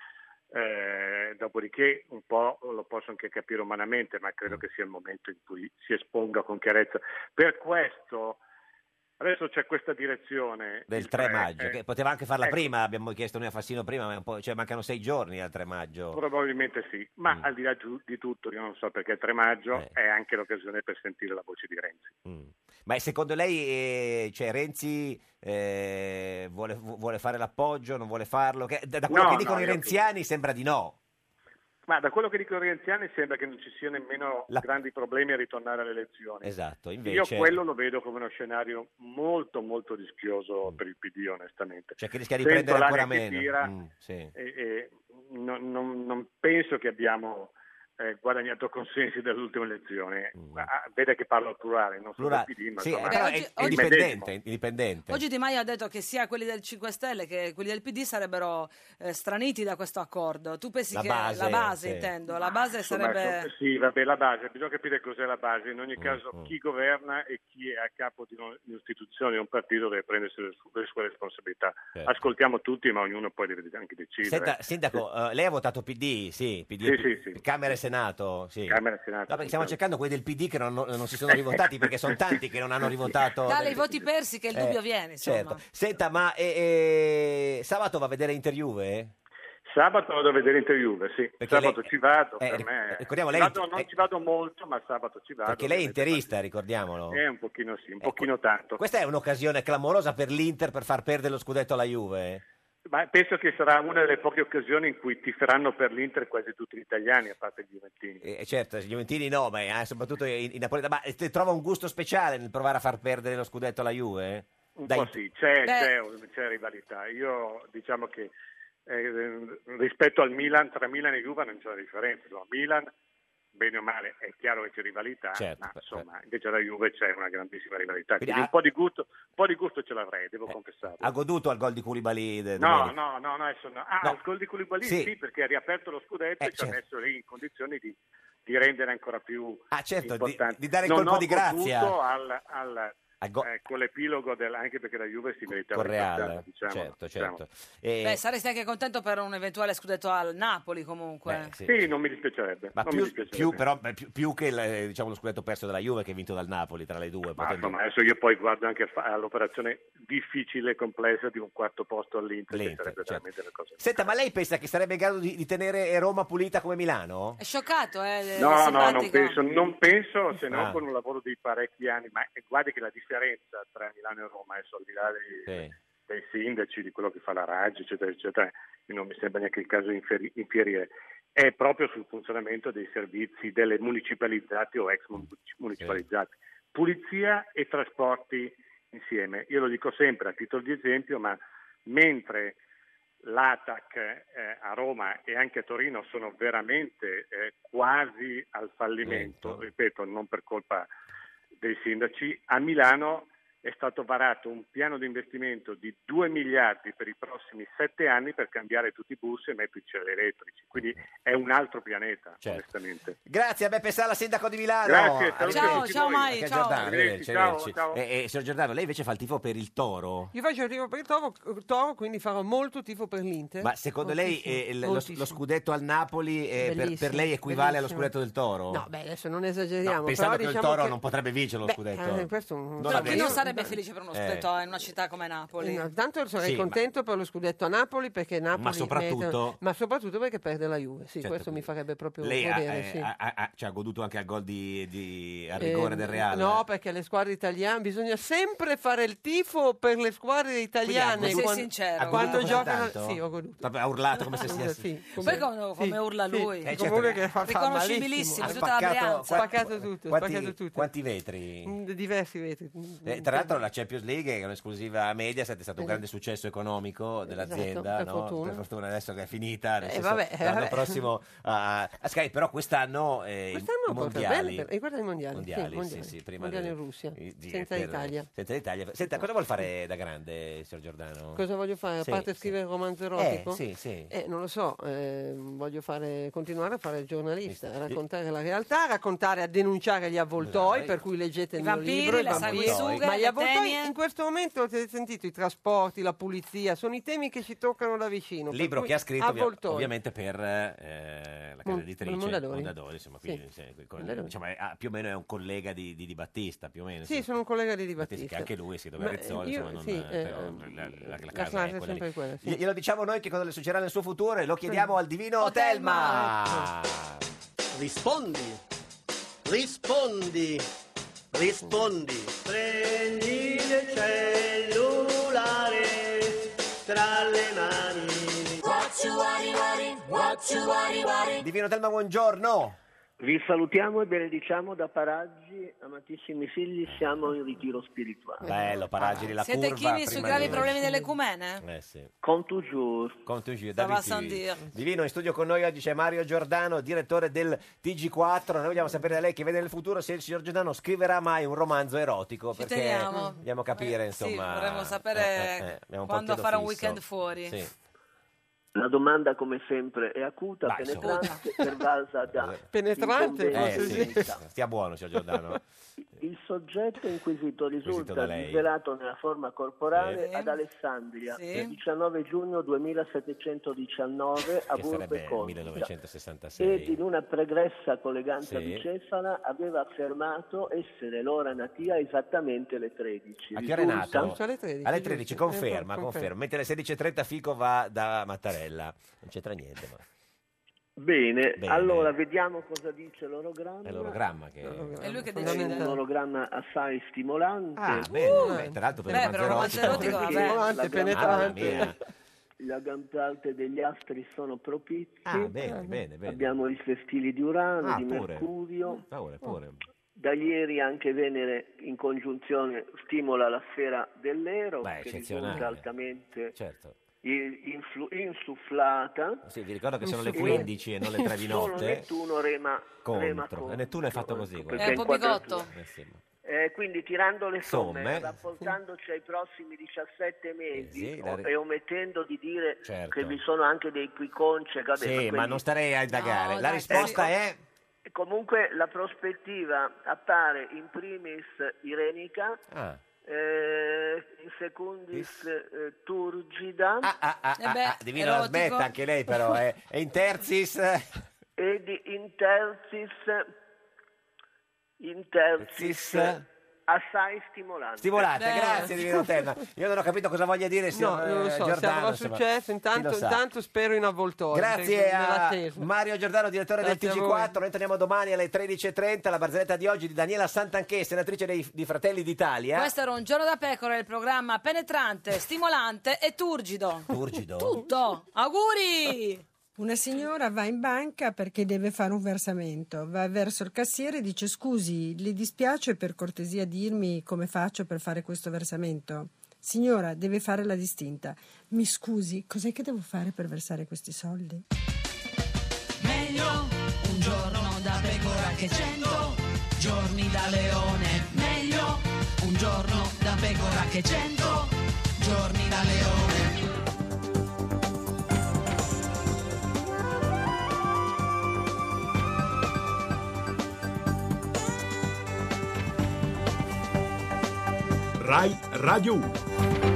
Dopodiché un po' lo posso anche capire umanamente, ma credo che sia il momento in cui si esponga con chiarezza. Per questo adesso c'è questa direzione del 3 maggio, che poteva anche farla prima, abbiamo chiesto noi a Fassino prima, ma mancano 6 giorni al 3 maggio. Probabilmente sì, ma al di là di tutto io non so perché il 3 maggio è anche l'occasione per sentire la voce di Renzi. Ma secondo lei Renzi vuole fare l'appoggio, non vuole farlo? Da quello che dicono i renziani sembra di no. Ma da quello che dicono i renziani sembra che non ci siano nemmeno grandi problemi a ritornare alle elezioni. Esatto, invece... Io quello lo vedo come uno scenario molto molto rischioso per il PD, onestamente. Cioè che rischia di prendere ancora meno. E non penso che abbiamo guadagnato consensi dall'ultima elezione. Vede che parlo al plurale, non solo del PD, ma sì, insomma, però è è indipendente. Oggi Di Maio ha detto che sia quelli del 5 Stelle che quelli del PD sarebbero straniti da questo accordo. Tu pensi La che base, la base, sì. intendo, la base insomma, sarebbe... Sì, vabbè, la base, bisogna capire cos'è la base. In ogni caso, chi governa e chi è a capo di un'istituzione, un partito, deve prendersi le sue responsabilità. Certo. Ascoltiamo tutti, ma ognuno poi deve anche decidere. Senta, Sindaco, lei ha votato PD? Sì, PD, sì. Camera e Senato, sì. Camera e Senato. No, perché stiamo cercando quelli del PD che non si sono rivotati, perché sono tanti che non hanno rivotato. Dai i voti persi che il dubbio viene, insomma. Certo. Senta, ma sabato va a vedere Inter-Juve? Sabato vado a vedere Inter-Juve, sì. Perché sabato ci vado, per ricordiamo, me. lei Non ci vado molto, ma sabato ci vado. Perché lei è interista, ricordiamolo. Un pochino sì, un pochino tanto. Questa è un'occasione clamorosa per l'Inter per far perdere lo scudetto alla Juve? Ma penso che sarà una delle poche occasioni in cui tiferanno per l'Inter quasi tutti gli italiani, a parte gli juventini. Certo, gli juventini no, ma soprattutto i napoletani. Ma trova un gusto speciale nel provare a far perdere lo scudetto alla Juve? Un po' sì, c'è rivalità. Io diciamo che rispetto al Milan, tra Milan e Juve non c'è una differenza. No, Milan, bene o male, è chiaro che c'è rivalità, certo, ma insomma, invece alla Juve c'è una grandissima rivalità. Quindi un po' di gusto ce l'avrei, devo confessarlo. Ha goduto al gol di Koulibaly? No, adesso no. No. Il gol di Koulibaly Sì. perché ha riaperto lo scudetto e ci ha certo. messo lì in condizioni di rendere ancora più certo, importante. di dare il colpo di grazia. Non ho goduto con l'epilogo anche perché la Juve si meritava Con Real, qualcosa, diciamo. certo. Beh, saresti anche contento per un eventuale scudetto al Napoli comunque. Sì, non mi dispiacerebbe. Ma non mi dispiacerebbe. più che lo scudetto perso dalla Juve che vinto dal Napoli, tra le due. Ma insomma, adesso io poi guardo anche all'operazione difficile e complessa di un quarto posto all'Inter, che sarebbe veramente una cosa. Senta, ma lei pensa che sarebbe in grado di tenere Roma pulita come Milano? È scioccato, No, non penso, se no con un lavoro di parecchi anni, ma guardi che la differenza tra Milano e Roma, adesso al di là dei sindaci, di quello che fa la Raggi, eccetera, non mi sembra neanche il caso infierire, è proprio sul funzionamento dei servizi delle municipalizzati o ex municipalizzati. Pulizia e trasporti insieme. Io lo dico sempre a titolo di esempio, ma mentre l'ATAC a Roma e anche a Torino sono veramente quasi al fallimento, ripeto, non per colpa dei sindaci, a Milano è stato varato un piano di investimento di 2 miliardi per i prossimi 7 anni per cambiare tutti i bus e mettere i celli elettrici, quindi è un altro pianeta, onestamente. Grazie a Beppe Sala, sindaco di Milano. Grazie, ciao Mai, ciao. Signor Giordano, lei invece fa il tifo per il Toro? Io faccio il tifo per il Toro, quindi farò molto tifo per l'Inter. Ma secondo lei lo scudetto al Napoli per lei equivale allo scudetto del Toro? No, adesso non esageriamo. Pensando però che il Toro non potrebbe vincere lo scudetto. Chi non sarebbe felice per uno scudetto in una città come Napoli? Tanto sarei contento per lo scudetto a Napoli, perché Napoli ma soprattutto perché perde la Juve. Sì, questo mi farebbe proprio godere. Ha goduto anche al gol al rigore del Real? No, perché le squadre italiane bisogna sempre fare il tifo per le squadre italiane. Sei sincero. Quando giocano, sì, ho goduto. Ha urlato come se stessi. Poi come urla lui. Comunque che fa riconoscibilissimo, tutta la Brianza. Spaccato tutto. Quanti vetri? Diversi vetri. Tra l'altro la Champions League, che è un'esclusiva Mediaset, è stato un grande successo economico dell'azienda, per fortuna adesso che è finita, l'anno prossimo a Sky, però quest'anno i mondiali. Guarda i mondiali prima mondiali in Russia, senza l'Italia. Senta, cosa vuol fare da grande, signor Giordano? Cosa voglio fare? A parte scrivere romanzo erotico? Sì. Non lo so, voglio continuare a fare il giornalista, a raccontare la realtà, a denunciare gli avvoltoi, per cui leggete il mio libro, le sanguisughe, ma gli avvoltoi in questo momento avete sentito, i trasporti, la pulizia, sono i temi che ci toccano da vicino. Libro che ha scritto ovviamente per la casa editrice Mondadori, insomma, quindi diciamo, più o meno è un collega di Battista, più o meno. Sì, sono un collega di Battista. Che anche lui si doveva Rizzoli, la casa è sempre quella. Glielo diciamo noi che cosa le succederà nel suo futuro e lo chiediamo al divino Telma. Rispondi. Prendi il cellulare tra le mani. Divino Telma, buongiorno. Vi salutiamo e benediciamo da Paraggi, amatissimi figli, siamo in ritiro spirituale. Bello, Paraggi della Siete curva. chini sui gravi problemi dell'ecumene? Sì. Con toujours. Ça va sans dire. Divino, in studio con noi oggi c'è Mario Giordano, direttore del TG4. Noi vogliamo sapere da lei, che vede nel futuro, se il signor Giordano scriverà mai un romanzo erotico. Ci perché teniamo. vogliamo capire, insomma. Sì, vorremmo sapere abbiamo un quando po' fare un fisso. weekend fuori. Sì. La domanda, come sempre, è acuta, Vai, penetrante, pervasa da Penetrante, incombenza. Stia buono, signor Giordano. Il soggetto inquisito risulta da lei. rivelato nella forma corporale Sì. ad Alessandria, Sì. il 19 giugno 2719 a Che Burbe sarebbe Condita, 1966. ed in una pregressa colleganza Sì. bicefala aveva affermato essere l'ora natia esattamente alle 13. A che ora è nato? Alle 13, Alle 13, giusto. conferma. Mentre alle 16.30 Fico va da Mattarella. Non c'entra niente, ma... Bene, Bene. allora vediamo cosa dice l'orogramma. È l'orogramma che... È lui che È decide. un orogramma assai stimolante. Ah, bene. Tra l'altro per il per un romanzo erotico, Perché vabbè. la Penetrante, gran penetrante. parte- La gran parte degli astri sono propizi. Ah, bene. Abbiamo i sestili di Urano, Ah, di pure. Mercurio. Pure. Da ieri anche Venere in congiunzione stimola la sfera dell'Ero, Beh, che eccezionale. risulta altamente Certo. insufflata. Sì, vi ricordo che sono le 15 e non le 3 di Solo notte. Nettuno rema Contro. contro. Nettuno è fatto così. guarda. È un po' bigotto. Sì. Quindi tirando le somme, Somme. rapportandoci ai prossimi 17 mesi sì, la- e omettendo di dire Certo. che vi sono anche dei quiconce, vabbè, Sì, ma quelli- non starei a indagare. No, La dai, risposta sì. è... Comunque la prospettiva appare in primis irenica, Ah. in secundis turgida Divino, erotico. smetta anche lei però. E in terzis... ed in terzis assai stimolante. Stimolante, Beh. grazie Divino Terna. Io non ho capito cosa voglia dire il No, signor non lo so, se Giordano. avrà insomma. successo, Chi lo sa. intanto spero in avvoltoio. Grazie a nell'attesa. Mario Giordano, direttore del Grazie a TG4. voi. Noi torniamo domani alle 13.30. La barzelletta di oggi di Daniela Santanché, senatrice di Fratelli d'Italia. Questo era Un giorno da pecora, il programma penetrante, stimolante e turgido. Turgido. Tutto. Auguri! Una signora va in banca perché deve fare un versamento, va verso il cassiere e dice: scusi, le dispiace per cortesia dirmi come faccio per fare questo versamento? Signora, deve fare la distinta. Mi scusi, cos'è che devo fare per versare questi soldi? Meglio un giorno da pecora che 100 giorni da leone. Meglio un giorno da pecora che 100 giorni da leone. Rai Radio 1.